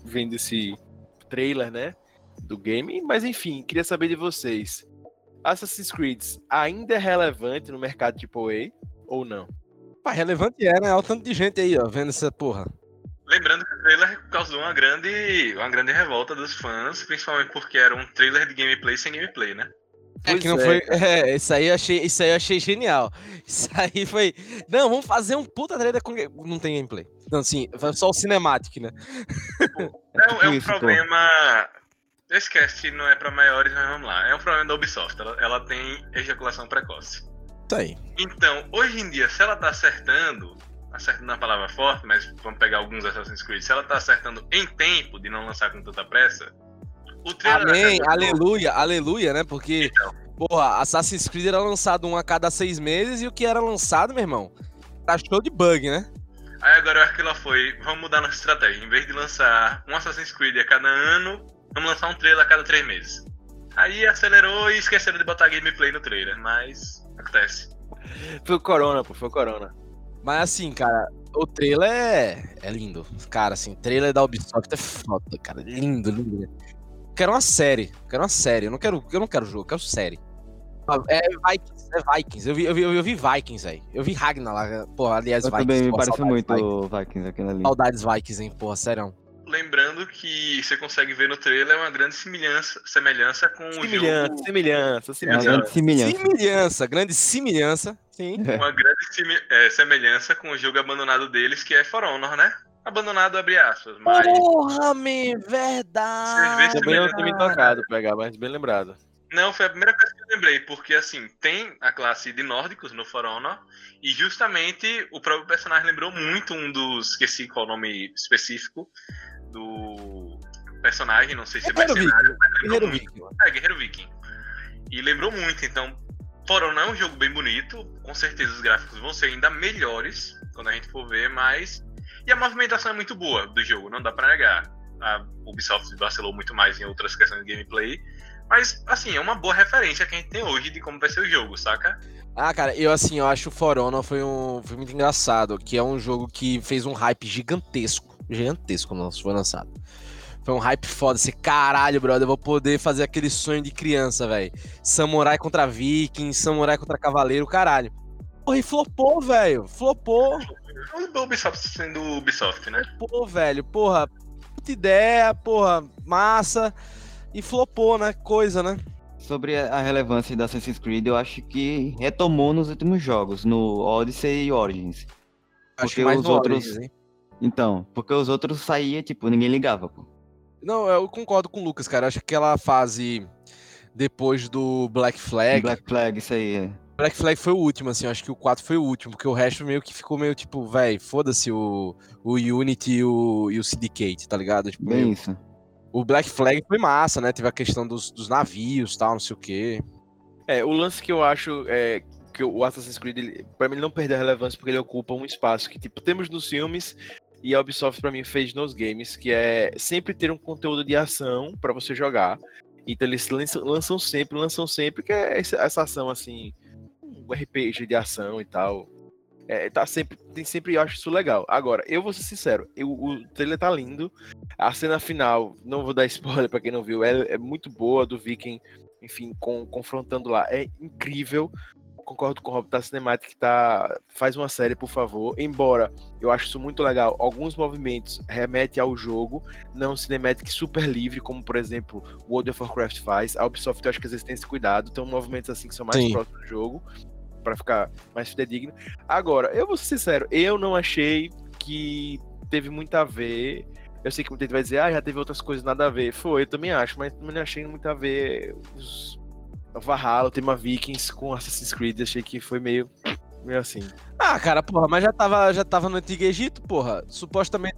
vendo esse trailer, né, do game, mas enfim, queria saber de vocês. Assassin's Creed ainda é relevante no mercado AAA ou não? Pá, relevante é, né? Olha o tanto de gente aí, ó, vendo essa porra. Lembrando que o trailer causou uma grande revolta dos fãs, principalmente porque era um trailer de gameplay sem gameplay, né? É que não foi. É, isso aí eu achei genial. Isso aí foi. Não, vamos fazer um puta trailer com. Não tem gameplay. Não, assim, só o cinematic, né? É um isso, pô. problema. Esse cast não é pra maiores, mas vamos lá. É um problema da Ubisoft. Ela tem ejaculação precoce. Isso aí. Então, hoje em dia, se ela tá acertando na palavra forte, mas vamos pegar alguns Assassin's Creed, se ela tá acertando em tempo de não lançar com tanta pressa, o trailer. Amém, aleluia, né? Porque, porra, Assassin's Creed era lançado um a cada 6 meses e o que era lançado, meu irmão, tá show de bug, né? Aí agora eu acho que ela foi, vamos mudar nossa estratégia. Em vez de lançar um Assassin's Creed a cada ano, vamos lançar um trailer a cada 3 meses. Aí acelerou e esqueceram de botar gameplay no trailer, mas acontece. Foi o Corona, pô, foi o Corona. Mas assim, cara, o trailer é lindo. Cara, assim, trailer da Ubisoft é foda, cara. Lindo, lindo. Quero uma série. Eu não quero jogo, eu quero série. É Vikings. Eu vi Vikings, velho. Eu vi Ragnar lá. Porra, aliás, Eu Vikings. também me porra, parece saudades muito Vikings aquilo ali. Saudades Vikings, hein, porra, sério. Lembrando que você consegue ver no trailer uma grande semelhança com o jogo. Semelhança. É uma grande semelhança. Grande semelhança. Sim. Uma grande semelhança com o jogo abandonado deles, que é For Honor, né? Abandonado, abre aspas, mas... Porra, man, verdade. Também não tinha me tocado pegar, mas bem lembrado. Não, foi a primeira coisa que eu lembrei, porque assim, tem a classe de nórdicos no For Honor, e justamente o próprio personagem lembrou muito um dos, esqueci qual o nome específico do personagem, não sei se vai ser nada, mas lembrou muito. Guerreiro Viking. E lembrou muito, então, For Honor é um jogo bem bonito, com certeza os gráficos vão ser ainda melhores quando a gente for ver, mas... E a movimentação é muito boa do jogo, não dá pra negar. A Ubisoft vacilou muito mais em outras questões de gameplay, mas, assim, é uma boa referência que a gente tem hoje de como vai ser o jogo, saca? Ah, cara, eu acho o For Honor foi muito engraçado, que é um jogo que fez um hype gigantesco quando foi lançado. Foi um hype foda, assim, caralho, brother, eu vou poder fazer aquele sonho de criança, velho. Samurai contra Viking, samurai contra cavaleiro, caralho. Porra, e flopou, velho, flopou. O Ubisoft sendo Ubisoft, né? Flopou, velho, porra, puta ideia, porra, massa, e flopou, né, coisa, né? Sobre a relevância da Assassin's Creed, eu acho que retomou nos últimos jogos, no Odyssey e Origins. Acho que mais os no outros... Origins, hein? Então, porque os outros saía, tipo, ninguém ligava, pô. Não, eu concordo com o Lucas, cara. Eu acho que aquela fase depois do Black Flag. Black Flag, isso aí, é. Black Flag foi o último, assim. Eu acho que o 4 foi o último, porque o resto meio que ficou meio tipo, véi, foda-se o Unity e o Syndicate, tá ligado? Tipo, Bem isso. O Black Flag foi massa, né? Teve a questão dos navios e tal, não sei o quê. O lance que eu acho é que o Assassin's Creed, pra mim, ele não perdeu a relevância porque ele ocupa um espaço que, tipo, temos nos filmes. E a Ubisoft, pra mim, fez nos games, que é sempre ter um conteúdo de ação pra você jogar. Então eles lançam sempre, que é essa ação, assim, um RPG de ação e tal. Tem sempre, eu acho isso legal. Agora, eu vou ser sincero, o trailer tá lindo. A cena final, não vou dar spoiler pra quem não viu, é muito boa, do Viking, enfim, confrontando lá. É incrível. Concordo com o Rob, tá Cinematic, faz uma série, por favor. Embora eu acho isso muito legal, alguns movimentos remetem ao jogo, não Cinematic super livre, como por exemplo World of Warcraft faz. A Ubisoft, eu acho que às vezes tem esse cuidado, tem movimentos assim que são mais próximos do jogo, pra ficar mais fidedigno. Agora, eu vou ser sincero, eu não achei que teve muito a ver. Eu sei que muita gente vai dizer, já teve outras coisas nada a ver. Foi, eu também acho, mas também não achei muito a ver Valhalla, o tema Vikings com Assassin's Creed, achei que foi meio assim. Ah, cara, porra, mas já tava no Antigo Egito, porra. Supostamente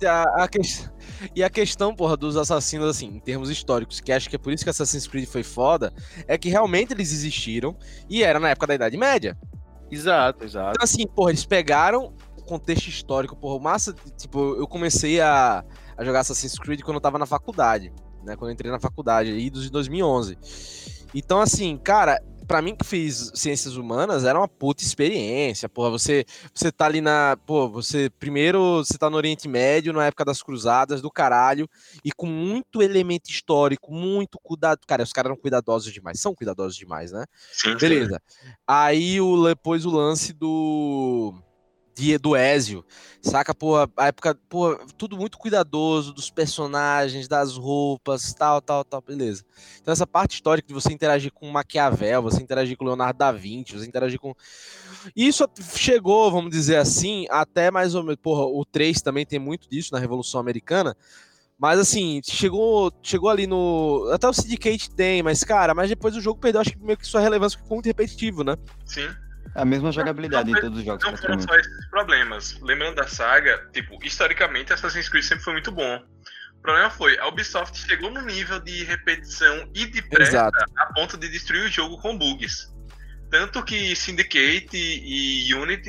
a questão, porra, dos assassinos, assim, em termos históricos, que acho que é por isso que Assassin's Creed foi foda, é que realmente eles existiram e era na época da Idade Média. Exato. Então, assim, porra, eles pegaram o contexto histórico, porra, massa, tipo, eu comecei a jogar Assassin's Creed quando eu tava na faculdade, né, quando eu entrei na faculdade, aí em 2011. Então, assim, cara, pra mim que fiz ciências humanas, era uma puta experiência, porra, você tá ali você tá no Oriente Médio, na época das cruzadas, do caralho, e com muito elemento histórico, muito cuidado, cara, os caras eram cuidadosos demais, são cuidadosos demais, né? Sim, Beleza. Aí depois o lance do Ezio, saca, porra, a época, porra, tudo muito cuidadoso dos personagens, das roupas, tal, beleza. Então essa parte histórica de você interagir com Maquiavel, você interagir com Leonardo da Vinci, você interagir com... Isso chegou, vamos dizer assim, até mais ou menos, porra, o 3 também tem muito disso na Revolução Americana, mas assim, chegou ali no... Até o Syndicate tem, mas cara, mas depois o jogo perdeu, acho que meio que sua relevância ficou muito repetitivo, né? sim. A mesma jogabilidade em todos os jogos. Não foram só esses problemas. Lembrando da saga, tipo, historicamente Assassin's Creed sempre foi muito bom. O problema foi, a Ubisoft chegou no nível de repetição e de pressa a ponto de destruir o jogo com bugs. Tanto que Syndicate e Unity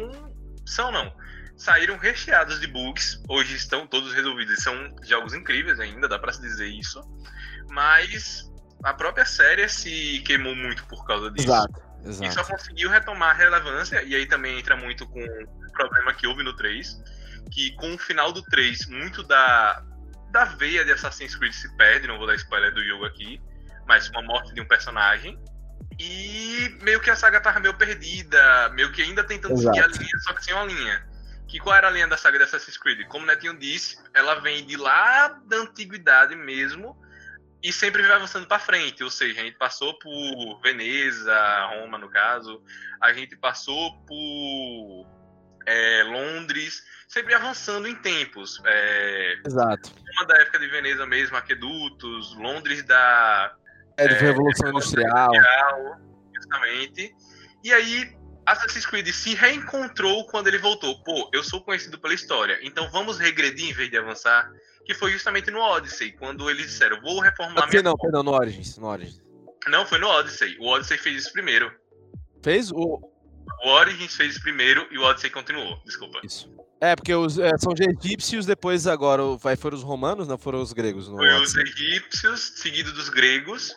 saíram recheados de bugs. Hoje estão todos resolvidos. São jogos incríveis ainda, dá pra se dizer isso. Mas a própria série se queimou muito por causa disso. Exato. E só conseguiu retomar a relevância, e aí também entra muito com o problema que houve no 3, que com o final do 3, muito da veia de Assassin's Creed se perde, não vou dar spoiler do jogo aqui, mas com a morte de um personagem, e meio que a saga tava meio perdida, meio que ainda tentando seguir a linha, só que sem uma linha. Que qual era a linha da saga de Assassin's Creed? Como o Netinho disse, ela vem de lá da antiguidade mesmo, e sempre vai avançando para frente, ou seja, a gente passou por Veneza, Roma no caso, a gente passou por Londres, sempre avançando em tempos. Exato. Uma da época de Veneza mesmo, Aquedutos, Londres da Revolução Industrial. Justamente. E aí, Assassin's Creed se reencontrou quando ele voltou. Pô, eu sou conhecido pela história, então vamos regredir em vez de avançar. Que foi justamente no Odyssey, quando eles disseram, vou reformular minha... Perdão, no Origins. Não, foi no Odyssey. O Odyssey fez isso primeiro. Fez? O Origins fez isso primeiro e o Odyssey continuou, desculpa. Isso. Porque são os egípcios, depois agora foram os romanos, não foram os gregos? Foi os egípcios, seguido dos gregos,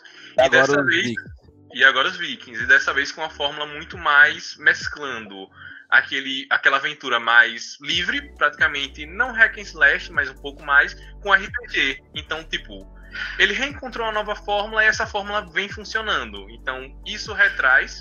e agora os vikings. E dessa vez com uma fórmula muito mais mesclando aquela aventura mais livre, praticamente não hack and slash, mas um pouco mais, com RPG. Então, tipo, ele reencontrou uma nova fórmula e essa fórmula vem funcionando. Então, isso retraz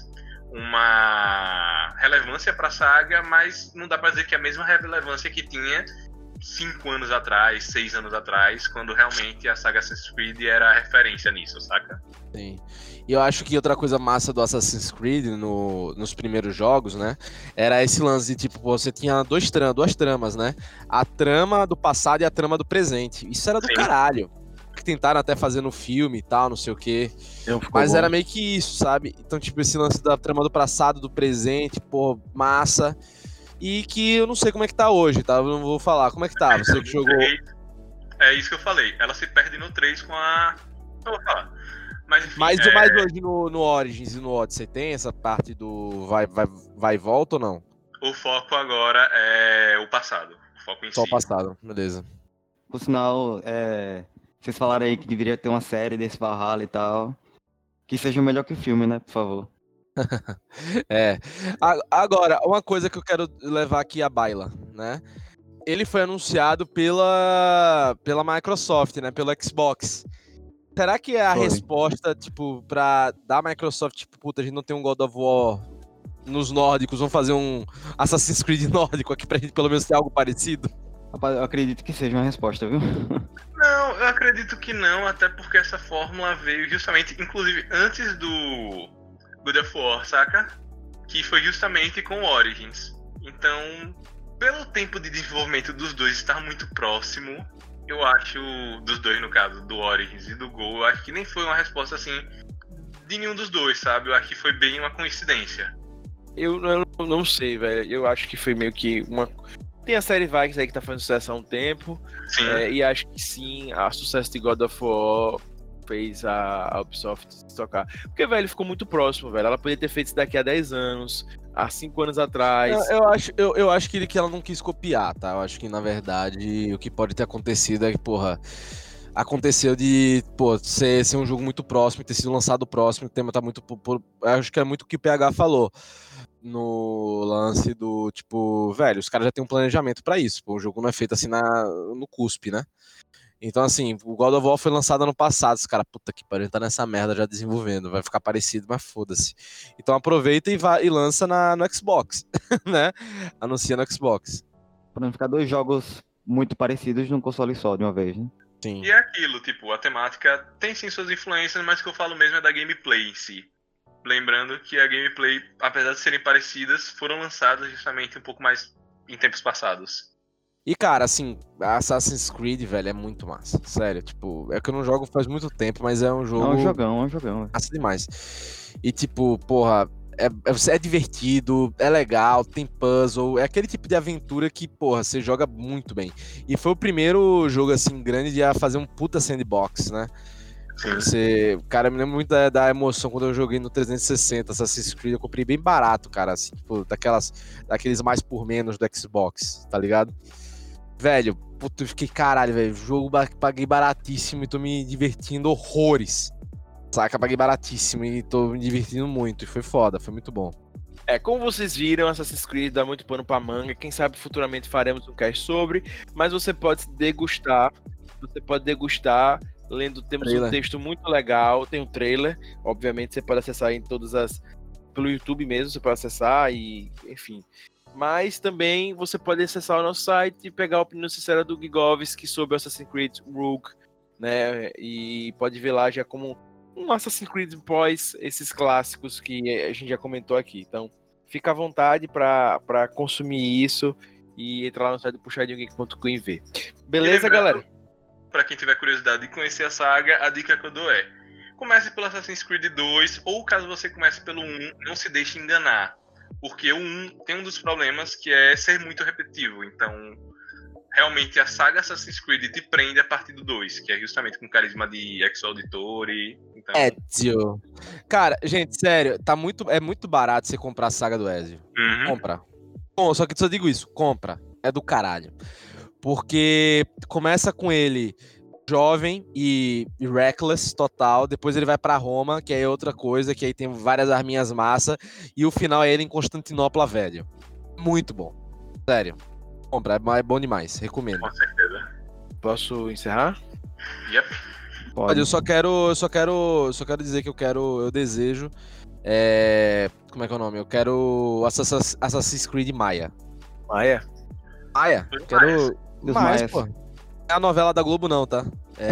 uma relevância para a saga, mas não dá para dizer que é a mesma relevância que tinha 5 anos atrás, 6 anos atrás, quando realmente a saga Assassin's Creed era a referência nisso, saca? Sim. E eu acho que outra coisa massa do Assassin's Creed nos primeiros jogos, né, era esse lance de, tipo, você tinha duas tramas, né? A trama do passado e a trama do presente. Isso era do caralho. Que tentaram até fazer no filme e tal, não sei o quê. Mas era meio que isso, sabe? Então, tipo, esse lance da trama do passado, do presente, pô, massa. E que eu não sei como é que tá hoje, tá? Eu não vou falar. Como é que tá? Você que jogou... É isso que eu falei. Ela se perde no 3 com a... Eu vou falar. Mas, enfim, mas hoje no Origins e no Odyssey tem essa parte do vai e volta ou não? O foco agora é o passado. O foco em Só si. o passado, beleza. Por sinal, vocês falaram aí que deveria ter uma série desse Valhalla e tal. Que seja melhor que o filme, né? Por favor. Agora, uma coisa que eu quero levar aqui à baila, né? Ele foi anunciado pela Microsoft, né? Pelo Xbox. Será que é a resposta, tipo, da Microsoft, tipo, puta, a gente não tem um God of War nos nórdicos, vamos fazer um Assassin's Creed nórdico aqui pra gente pelo menos ter algo parecido? Rapaz, eu acredito que seja uma resposta, viu? Não, eu acredito que não, até porque essa fórmula veio justamente, inclusive, antes do God of War, saca? Que foi justamente com Origins. Então, pelo tempo de desenvolvimento dos dois estar muito próximo, eu acho, dos dois no caso, do Origins e do Go, eu acho que nem foi uma resposta assim de nenhum dos dois, sabe? Eu acho que foi bem uma coincidência. Eu não sei, velho. Eu acho que foi meio que uma... Tem a série Vikings aí que tá fazendo sucesso há um tempo. Sim. E acho que sim, a sucesso de God of War fez a Ubisoft se tocar. Porque, velho, ficou muito próximo, velho. Ela poderia ter feito isso daqui a 10 anos, há 5 anos atrás. Eu acho que ela não quis copiar, tá? Eu acho que, na verdade, o que pode ter acontecido é que, porra, aconteceu de, pô, ser um jogo muito próximo, ter sido lançado próximo, o tema tá muito... acho que é muito o que o PH falou no lance do, tipo, velho, os caras já têm um planejamento pra isso, pô, o jogo não é feito assim no cuspe, né? Então, assim, o God of War foi lançado ano passado, os caras, puta que pariu, tá nessa merda já desenvolvendo, vai ficar parecido, mas foda-se. Então aproveita e lança no Xbox, né? Anuncia no Xbox. Pra não ficar 2 jogos muito parecidos num console só de uma vez, né? Sim. E é aquilo, tipo, a temática tem sim suas influências, mas o que eu falo mesmo é da gameplay em si. Lembrando que a gameplay, apesar de serem parecidas, foram lançadas justamente um pouco mais em tempos passados. E, cara, assim, Assassin's Creed, velho, é muito massa. Sério, tipo, é que eu não jogo faz muito tempo, mas é um jogo... É um jogão. Massa demais. E, tipo, porra, é divertido, é legal, tem puzzle, é aquele tipo de aventura que, porra, você joga muito bem. E foi o primeiro jogo, assim, grande a fazer um puta sandbox, né? Cara, eu me lembro muito da emoção quando eu joguei no 360 Assassin's Creed, eu comprei bem barato, cara, assim, tipo, daqueles mais por menos do Xbox, tá ligado? Velho, puta, eu fiquei, caralho, velho, jogo paguei baratíssimo e tô me divertindo horrores, saca? Paguei baratíssimo e tô me divertindo muito, e foi foda, foi muito bom. Como vocês viram, Assassin's Creed dá muito pano pra manga, quem sabe futuramente faremos um cast sobre, mas você pode degustar lendo, temos Trailer. um texto muito legal, tem um trailer, obviamente você pode acessar em pelo YouTube mesmo, você pode acessar e, enfim. Mas também você pode acessar o nosso site e pegar a opinião sincera do Gigovski sobre o Assassin's Creed Rogue, né? E pode ver lá já como um Assassin's Creed pós esses clássicos que a gente já comentou aqui. Então, fica à vontade para consumir isso e entrar lá no site do puxadinhogeek.com e ver. Beleza, galera? Pra quem tiver curiosidade de conhecer a saga, a dica que eu dou é: comece pelo Assassin's Creed 2, ou caso você comece pelo 1, não se deixe enganar. Porque o 1 tem um dos problemas que é ser muito repetitivo. Então, realmente a saga Assassin's Creed te prende a partir do 2, que é justamente com o carisma de Exo Auditore. Então... Ezio. Cara, gente, sério, é muito barato você comprar a saga do Ezio. Uhum. Compra. Bom, só que só digo isso, compra. É do caralho. Porque começa com ele jovem e reckless total, depois ele vai pra Roma, que é outra coisa, que aí tem várias arminhas massa, e o final é ele em Constantinopla velho. Muito bom. Sério. Compra, é bom demais, recomendo. Com certeza. Posso encerrar? Yep. Olha, eu só quero dizer que eu desejo como é que é o nome? Eu quero Assassin's Creed Maia. Maia? Maia? Dos Quero Dos mais, Maias. pô. Não é a novela da Globo não, tá?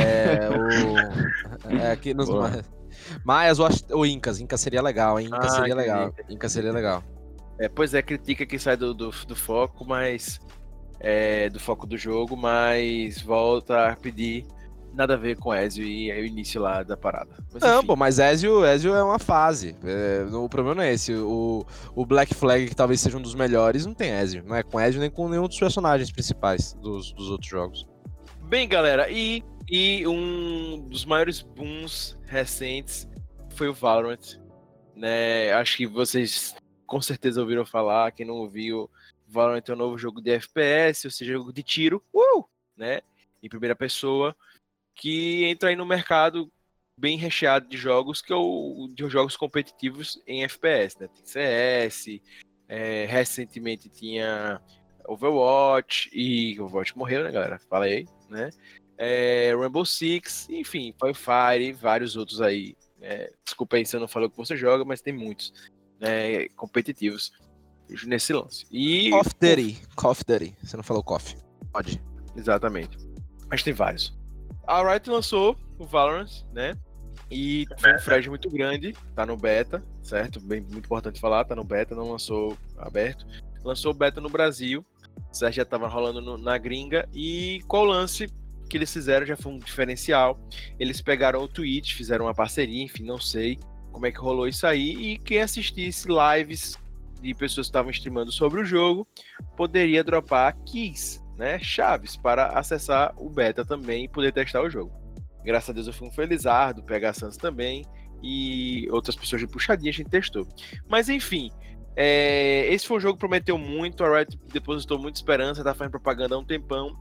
Aqui nos Boa. Maias ou Incas. Incas seria legal, hein? Incas seria legal. entendi. Incas seria legal. Pois é, critica que sai do foco, mas... do foco do jogo, mas volta a pedir nada a ver com Ezio e é o início lá da parada. Mas, Não, enfim. pô, mas Ezio é uma fase. O problema não é esse. O Black Flag, que talvez seja um dos melhores, não tem Ezio. Não é com Ezio nem com nenhum dos personagens principais dos outros jogos. Bem, galera, e um dos maiores booms recentes foi o Valorant, né? Acho que vocês com certeza ouviram falar. Quem não ouviu, Valorant é um novo jogo de FPS, ou seja, jogo de tiro, né? Em primeira pessoa, que entra aí no mercado bem recheado de jogos, que é de jogos competitivos em FPS, né? Tem CS, recentemente tinha Overwatch, e Overwatch morreu, né, galera? Fala aí, né? Rainbow Six, enfim, Fire, vários outros aí. Desculpa aí se eu não falei o que você joga, mas tem muitos competitivos nesse lance. E Call of Duty. Você não falou Coffee. Pode. exatamente. Mas tem vários. A Riot lançou o Valorant, né? E foi um thread muito grande, tá no beta, certo? Muito importante falar, tá no beta, não lançou aberto. Lançou o beta no Brasil, certo? Já tava rolando na gringa. E qual o lance que eles fizeram já foi um diferencial. Eles pegaram o Twitch, fizeram uma parceria, enfim, não sei como é que rolou isso aí. E quem assistisse lives de pessoas que estavam streamando sobre o jogo poderia dropar keys, né, chaves, para acessar o beta também e poder testar o jogo. Graças a Deus eu fui um Felizardo, PH Santos também, e outras pessoas de puxadinha a gente testou. Mas enfim, esse foi um jogo que prometeu muito, a Riot depositou muita esperança, tá fazendo propaganda há um tempão,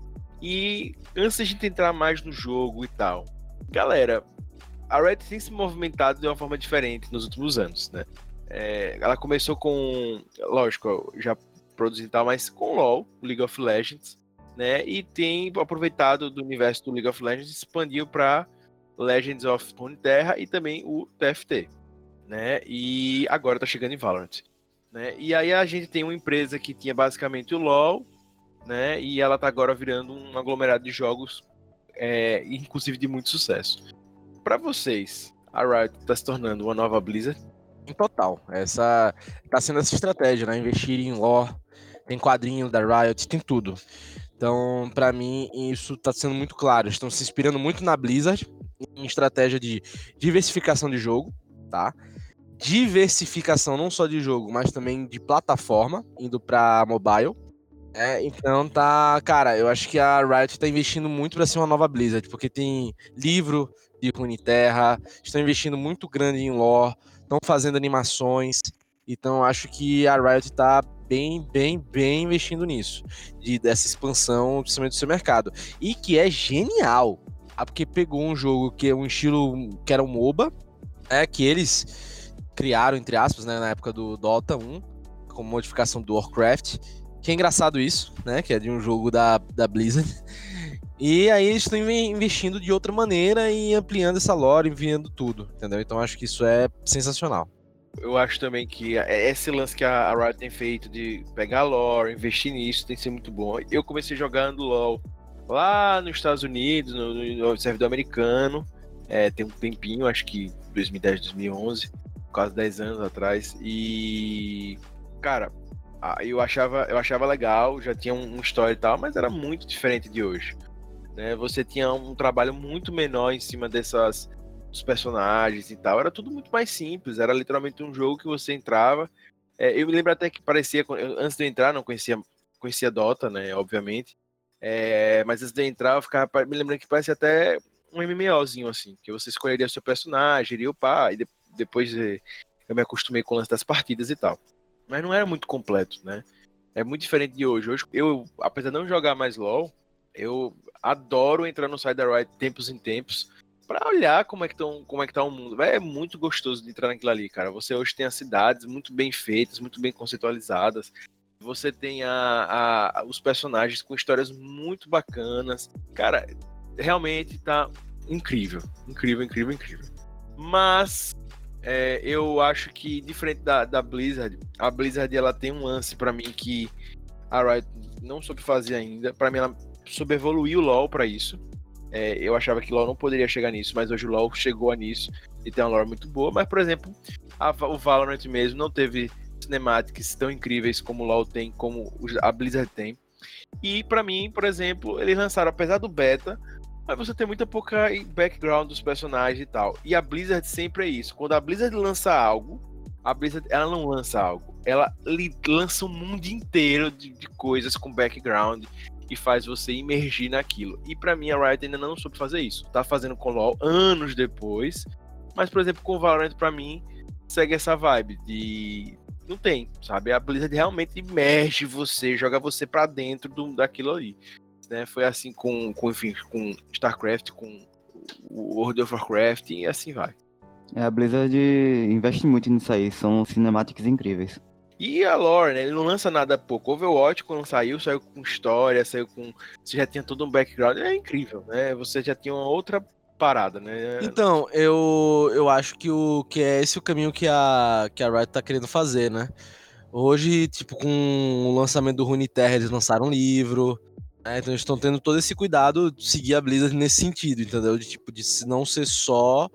E antes de a gente entrar mais no jogo e tal, galera, a Riot tem se movimentado de uma forma diferente nos últimos anos, né? Ela começou com, lógico, já produzindo tal, mas com LoL, League of Legends, né? E tem aproveitado do universo do League of Legends e expandiu para Legends of Runeterra e também o TFT, né? E agora tá chegando em Valorant, né? E aí a gente tem uma empresa que tinha basicamente o LoL, né? E ela tá agora virando um aglomerado de jogos, inclusive de muito sucesso. Para vocês, a Riot tá se tornando uma nova Blizzard? Em total. Essa tá sendo essa estratégia, né? Investir em lore, tem quadrinho da Riot, tem tudo. Então, pra mim, isso tá sendo muito claro. Estão se inspirando muito na Blizzard em estratégia de diversificação de jogo, tá? Diversificação não só de jogo, mas também de plataforma, indo pra mobile. Então tá, cara, eu acho que a Riot tá investindo muito pra ser uma nova Blizzard, porque tem livro de Runeterra, estão investindo muito grande em lore, estão fazendo animações, então eu acho que a Riot tá bem investindo nisso, dessa expansão, principalmente do seu mercado, e que é genial, porque pegou um jogo que é um estilo, que era um MOBA, que eles criaram, entre aspas, né, na época do Dota 1, com modificação do Warcraft, que é engraçado isso, né? Que é de um jogo da Blizzard. E aí eles estão investindo de outra maneira e ampliando essa lore, enviando tudo, entendeu? Então acho que isso é sensacional. Eu acho também que esse lance que a Riot tem feito de pegar lore, investir nisso, tem sido muito bom. Eu comecei jogando LoL lá nos Estados Unidos, no servidor americano, tem um tempinho, acho que 2010, 2011, quase 10 anos atrás. E, cara, eu achava legal, já tinha um story e tal, mas era muito diferente de hoje, né? Você tinha um trabalho muito menor em cima dos personagens e tal, era tudo muito mais simples, era literalmente um jogo que você entrava. Eu me lembro até que parecia, antes de eu entrar, não conhecia Dota, né, obviamente, mas antes de eu entrar, eu ficava me lembrando que parecia até um MMOzinho, assim, que você escolheria o seu personagem, iria upar, e depois eu me acostumei com o lance das partidas e tal. Mas não era muito completo, né? É muito diferente de hoje. Hoje, apesar de não jogar mais LoL, eu adoro entrar no site da Riot tempos em tempos pra olhar como é que tá o mundo. É muito gostoso de entrar naquilo ali, cara. Você hoje tem as cidades muito bem feitas, muito bem conceitualizadas. Você tem os personagens com histórias muito bacanas. Cara, realmente tá incrível. Incrível. Mas eu acho que, diferente da Blizzard, a Blizzard ela tem um lance pra mim que a Riot não soube fazer ainda. Pra mim, ela soube evoluir o LoL pra isso. Eu achava que o LoL não poderia chegar nisso, mas hoje o LoL chegou nisso e tem uma lore muito boa. Mas, por exemplo, o Valorant mesmo não teve cinemáticas tão incríveis como o LoL tem, como a Blizzard tem. E pra mim, por exemplo, eles lançaram, apesar do beta, mas você tem muita pouca background dos personagens e tal. E a Blizzard sempre é isso. Quando a Blizzard lança algo, a Blizzard ela não lança algo. Ela lança um mundo inteiro de coisas com background e faz você imergir naquilo. E pra mim a Riot ainda não soube fazer isso. Tá fazendo com LoL anos depois. Mas, por exemplo, com o Valorant, pra mim, segue essa vibe de... Não tem, sabe? A Blizzard realmente imerge você, joga você pra dentro daquilo ali. Né? Foi assim com StarCraft, com o World of Warcraft e assim vai. A Blizzard investe muito nisso aí, são cinemáticas incríveis. E a lore, né? Ele não lança nada pouco. Overwatch, quando saiu com história, você já tinha todo um background, é incrível, né? Você já tinha uma outra parada, né? Então, eu acho que é esse o caminho que a Riot tá querendo fazer, né? Hoje, tipo, com o lançamento do Runeterra, eles lançaram um livro, né? Então eles estão tendo todo esse cuidado de seguir a Blizzard nesse sentido, entendeu? De não ser só...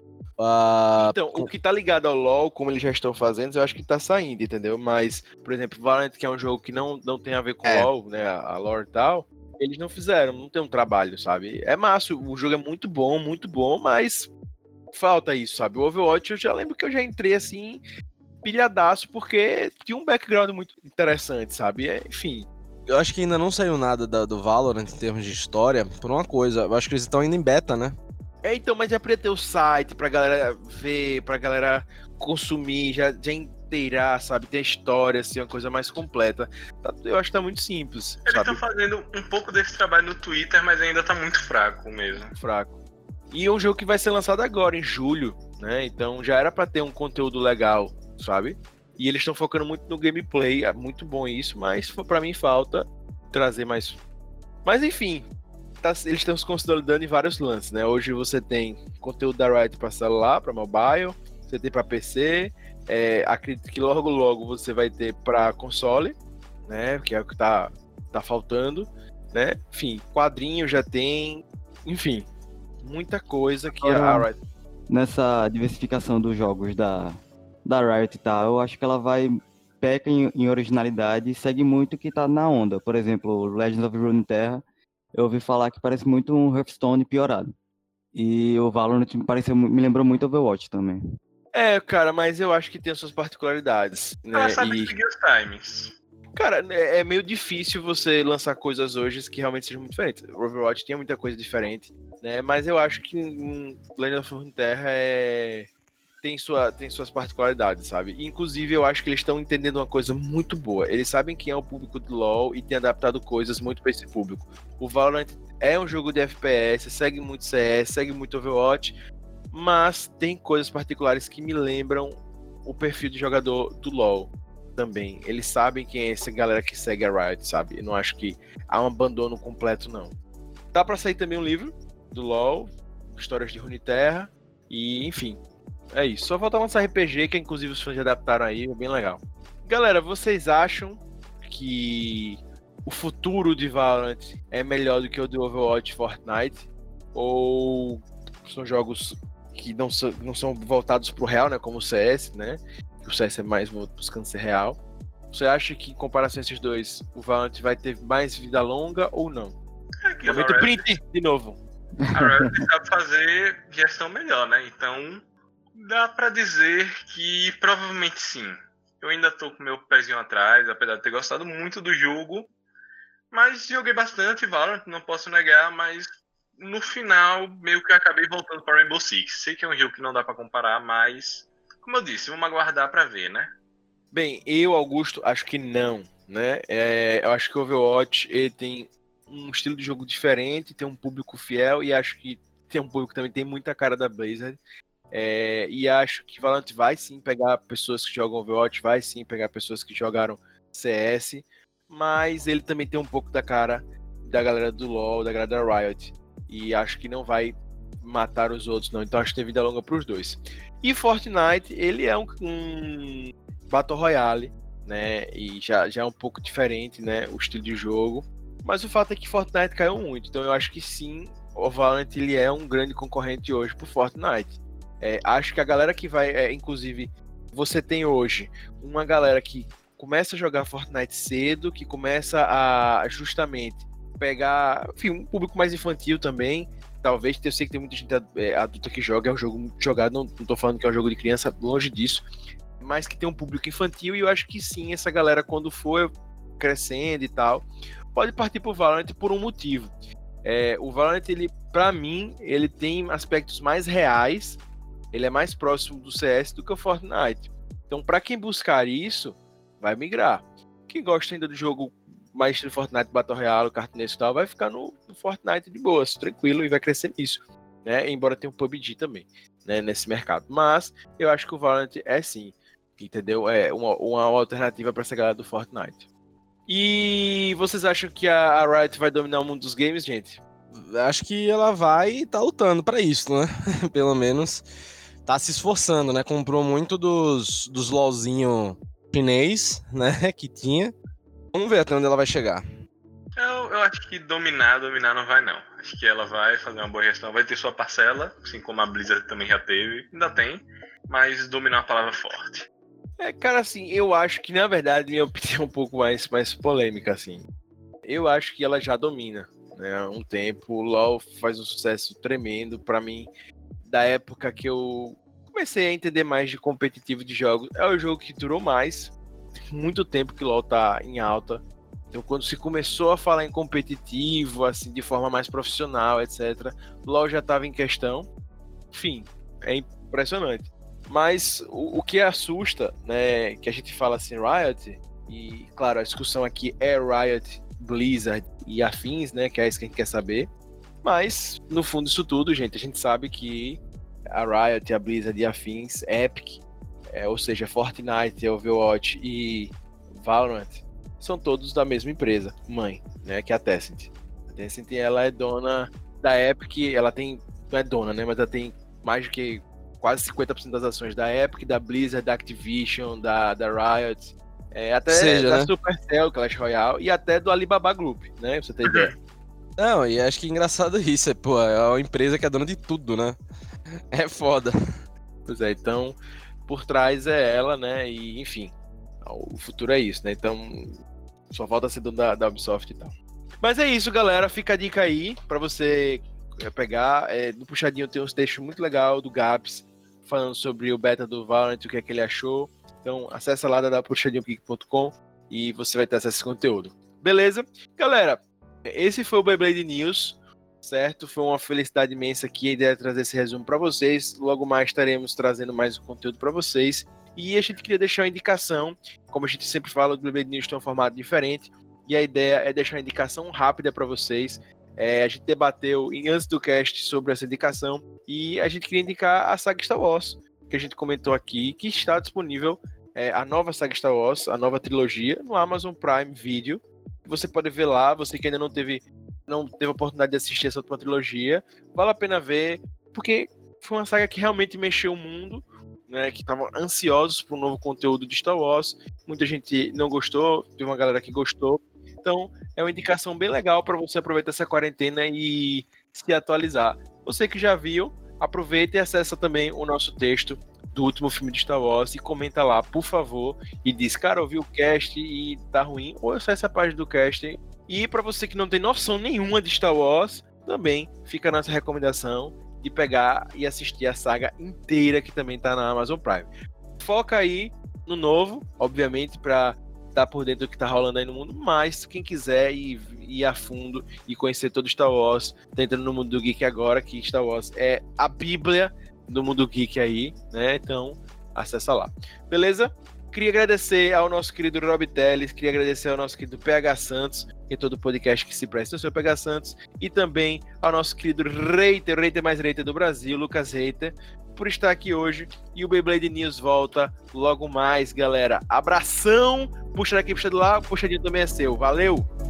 Então, o que tá ligado ao LoL, como eles já estão fazendo, eu acho que tá saindo, entendeu? Mas, por exemplo, Valorant, que é um jogo que não tem a ver com LoL, né? A lore e tal, eles não fizeram, não tem um trabalho, sabe? É massa, o jogo é muito bom, mas falta isso, sabe? O Overwatch, eu já lembro que eu já entrei assim, pilhadaço, porque tinha um background muito interessante, sabe? Enfim. Eu acho que ainda não saiu nada do Valorant em termos de história, por uma coisa, eu acho que eles estão ainda em beta, né? Então, mas já podia ter o site pra galera ver, pra galera consumir, já inteirar, sabe? Tem a história, assim, uma coisa mais completa. Eu acho que tá muito simples, Eles sabe? estão fazendo um pouco desse trabalho no Twitter, mas ainda tá muito fraco mesmo. Fraco. E é um jogo que vai ser lançado agora, em julho, né? Então já era pra ter um conteúdo legal, sabe? E eles estão focando muito no gameplay, é muito bom isso, mas pra mim falta trazer mais. Mas enfim, eles estão se consolidando em vários lances, né? Hoje você tem conteúdo da Riot pra celular, pra mobile, você tem pra PC, acredito que logo você vai ter pra console, né? Que é o que tá faltando, né? Enfim, quadrinho já tem, enfim, muita coisa que a Riot... Nessa diversificação dos jogos da Riot e tal, eu acho que ela peca em originalidade e segue muito o que tá na onda. Por exemplo, Legends of Runeterra, eu ouvi falar que parece muito um Hearthstone piorado. E o Valorant me lembrou muito Overwatch também. Cara, mas eu acho que tem as suas particularidades, né? Ela sabe seguir os times. Cara, é meio difícil você lançar coisas hoje que realmente sejam muito diferentes. O Overwatch tem muita coisa diferente, né? Mas eu acho que Legends of Runeterra tem suas particularidades, sabe? Inclusive, eu acho que eles estão entendendo uma coisa muito boa. Eles sabem quem é o público do LoL e têm adaptado coisas muito para esse público. O Valorant é um jogo de FPS, segue muito CS, segue muito Overwatch, mas tem coisas particulares que me lembram o perfil de jogador do LoL também. Eles sabem quem é essa galera que segue a Riot, sabe? Eu não acho que há um abandono completo, não. Tá pra sair também um livro do LoL, Histórias de Runeterra, e enfim, é isso. Só falta lançar RPG, que inclusive os fãs já adaptaram aí, é bem legal. Galera, vocês acham que o futuro de Valorant é melhor do que o de Overwatch e Fortnite? Ou são jogos que não são voltados pro real, né? Como o CS, né? O CS é mais buscando ser real. Você acha que, em comparação a esses dois, o Valorant vai ter mais vida longa ou não? Momento print, de novo. A Riot sabe fazer gestão melhor, né? Então, dá pra dizer que provavelmente sim. Eu ainda tô com meu pezinho atrás, apesar de ter gostado muito do jogo. Mas joguei bastante Valorant, não posso negar, mas no final, meio que eu acabei voltando para Rainbow Six. Sei que é um jogo que não dá pra comparar, mas, como eu disse, vamos aguardar pra ver, né? Bem, eu, Augusto, acho que não, né? Eu acho que o Overwatch ele tem um estilo de jogo diferente, tem um público fiel e acho que tem um público que também tem muita cara da Blizzard. E acho que Valorant vai sim pegar pessoas que jogam Overwatch, vai sim pegar pessoas que jogaram CS, mas ele também tem um pouco da cara da galera do LoL, da galera da Riot. E acho que não vai matar os outros, não. Então acho que tem vida longa pros dois. E Fortnite, ele é um Battle Royale, né? E já é um pouco diferente, né? O estilo de jogo. Mas o fato é que Fortnite caiu muito. Então eu acho que sim, o Valorant ele é um grande concorrente hoje pro Fortnite. Acho que a galera que vai... inclusive, você tem hoje uma galera que começa a jogar Fortnite cedo, que começa a justamente pegar, enfim, um público mais infantil também. Talvez, eu sei que tem muita gente adulta que joga, é um jogo muito jogado, não tô falando que é um jogo de criança, longe disso, mas que tem um público infantil, e eu acho que sim, essa galera quando for crescendo e tal, pode partir pro Valorant por um motivo. O Valorant, ele, pra mim, ele tem aspectos mais reais, ele é mais próximo do CS do que o Fortnite. Então, pra quem buscar isso, vai migrar. Quem gosta ainda do jogo mais estilo Fortnite, Battle Royale, cartunesco e tal, vai ficar no Fortnite de boas, tranquilo, e vai crescer nisso, né? Embora tenha um PUBG também, né, nesse mercado. Mas eu acho que o Valorant é sim, entendeu? É uma alternativa para essa galera do Fortnite. E vocês acham que a Riot vai dominar o mundo dos games, gente? Acho que ela vai tá lutando pra isso, né? Pelo menos tá se esforçando, né? Comprou muito dos LOLzinho chinês, né? Que tinha. Vamos ver até onde ela vai chegar. Eu acho que dominar não vai não. Acho que ela vai fazer uma boa gestão, vai ter sua parcela, assim como a Blizzard também já teve, ainda tem, mas dominar é uma palavra forte. Cara, assim, eu acho que, na verdade, minha opinião é um pouco mais polêmica, assim. Eu acho que ela já domina, né? Há um tempo, o LoL faz um sucesso tremendo pra mim, da época que eu comecei a entender mais de competitivo de jogos. É o jogo que durou mais, muito tempo que o LoL tá em alta. Então, quando se começou a falar em competitivo, assim, de forma mais profissional, etc., o LoL já estava em questão. Enfim, é impressionante. Mas o que assusta, né, que a gente fala assim, Riot, e claro, a discussão aqui é Riot, Blizzard e afins, né, que é isso que a gente quer saber. Mas, no fundo disso tudo, gente, a gente sabe que a Riot, a Blizzard e afins, Epic, ou seja, Fortnite, Overwatch e Valorant, são todos da mesma empresa, mãe, né, que é a Tencent. A Tencent, ela é dona da Epic, ela tem, não é dona, né, mas ela tem mais do que quase 50% das ações da Epic, da Blizzard, da Activision, da Riot, até Seja, da né? Supercell, Clash Royale, e até do Alibaba Group, né, pra você ter ideia. Não, e acho que é engraçado isso, pô, é uma empresa que é dona de tudo, né? É foda. Pois é, então, por trás é ela, né, e enfim, o futuro é isso, né, então só falta ser dono da Ubisoft e tal. Mas é isso, galera, fica a dica aí pra você pegar, no Puxadinho tem uns textos muito legal do Gabs, falando sobre o beta do Valorant, o que é que ele achou, então acessa lá da puxadinhogeek.com e você vai ter acesso a esse conteúdo. Beleza? Galera, esse foi o Beyblade News, certo? Foi uma felicidade imensa aqui, a ideia é trazer esse resumo para vocês. Logo mais estaremos trazendo mais conteúdo para vocês. E a gente queria deixar uma indicação, como a gente sempre fala, o Beyblade News tem um formato diferente, e a ideia é deixar uma indicação rápida para vocês. A gente debateu antes do cast sobre essa indicação, e a gente queria indicar a saga Star Wars, que a gente comentou aqui, que está disponível a nova saga Star Wars, a nova trilogia, no Amazon Prime Video. Você pode ver lá, você que ainda não teve a oportunidade de assistir essa última trilogia, vale a pena ver, porque foi uma saga que realmente mexeu o mundo, né, que estavam ansiosos por um novo conteúdo de Star Wars, muita gente não gostou, teve uma galera que gostou, então é uma indicação bem legal para você aproveitar essa quarentena e se atualizar. Você que já viu, aproveita e acessa também o nosso texto do último filme de Star Wars e comenta lá, por favor, e diz, cara, eu vi o cast e tá ruim, ou acessa a página do cast. E para você que não tem noção nenhuma de Star Wars, também fica a nossa recomendação de pegar e assistir a saga inteira que também tá na Amazon Prime. Foca aí no novo, obviamente, para estar por dentro do que tá rolando aí no mundo, mas quem quiser ir a fundo e conhecer todo Star Wars, tá entrando no mundo do geek agora, que Star Wars é a bíblia do mundo geek aí, né? Então, acessa lá. Beleza? Queria agradecer ao nosso querido Rob Teles, queria agradecer ao nosso querido PH Santos, que é todo podcast que se presta ao seu PH Santos, e também ao nosso querido Reiter mais Reiter do Brasil, Lucas Reiter, por estar aqui hoje. E o Beyblade News volta logo mais, galera. Abração! Puxa daqui, puxa de lá, puxadinho também é seu. Valeu!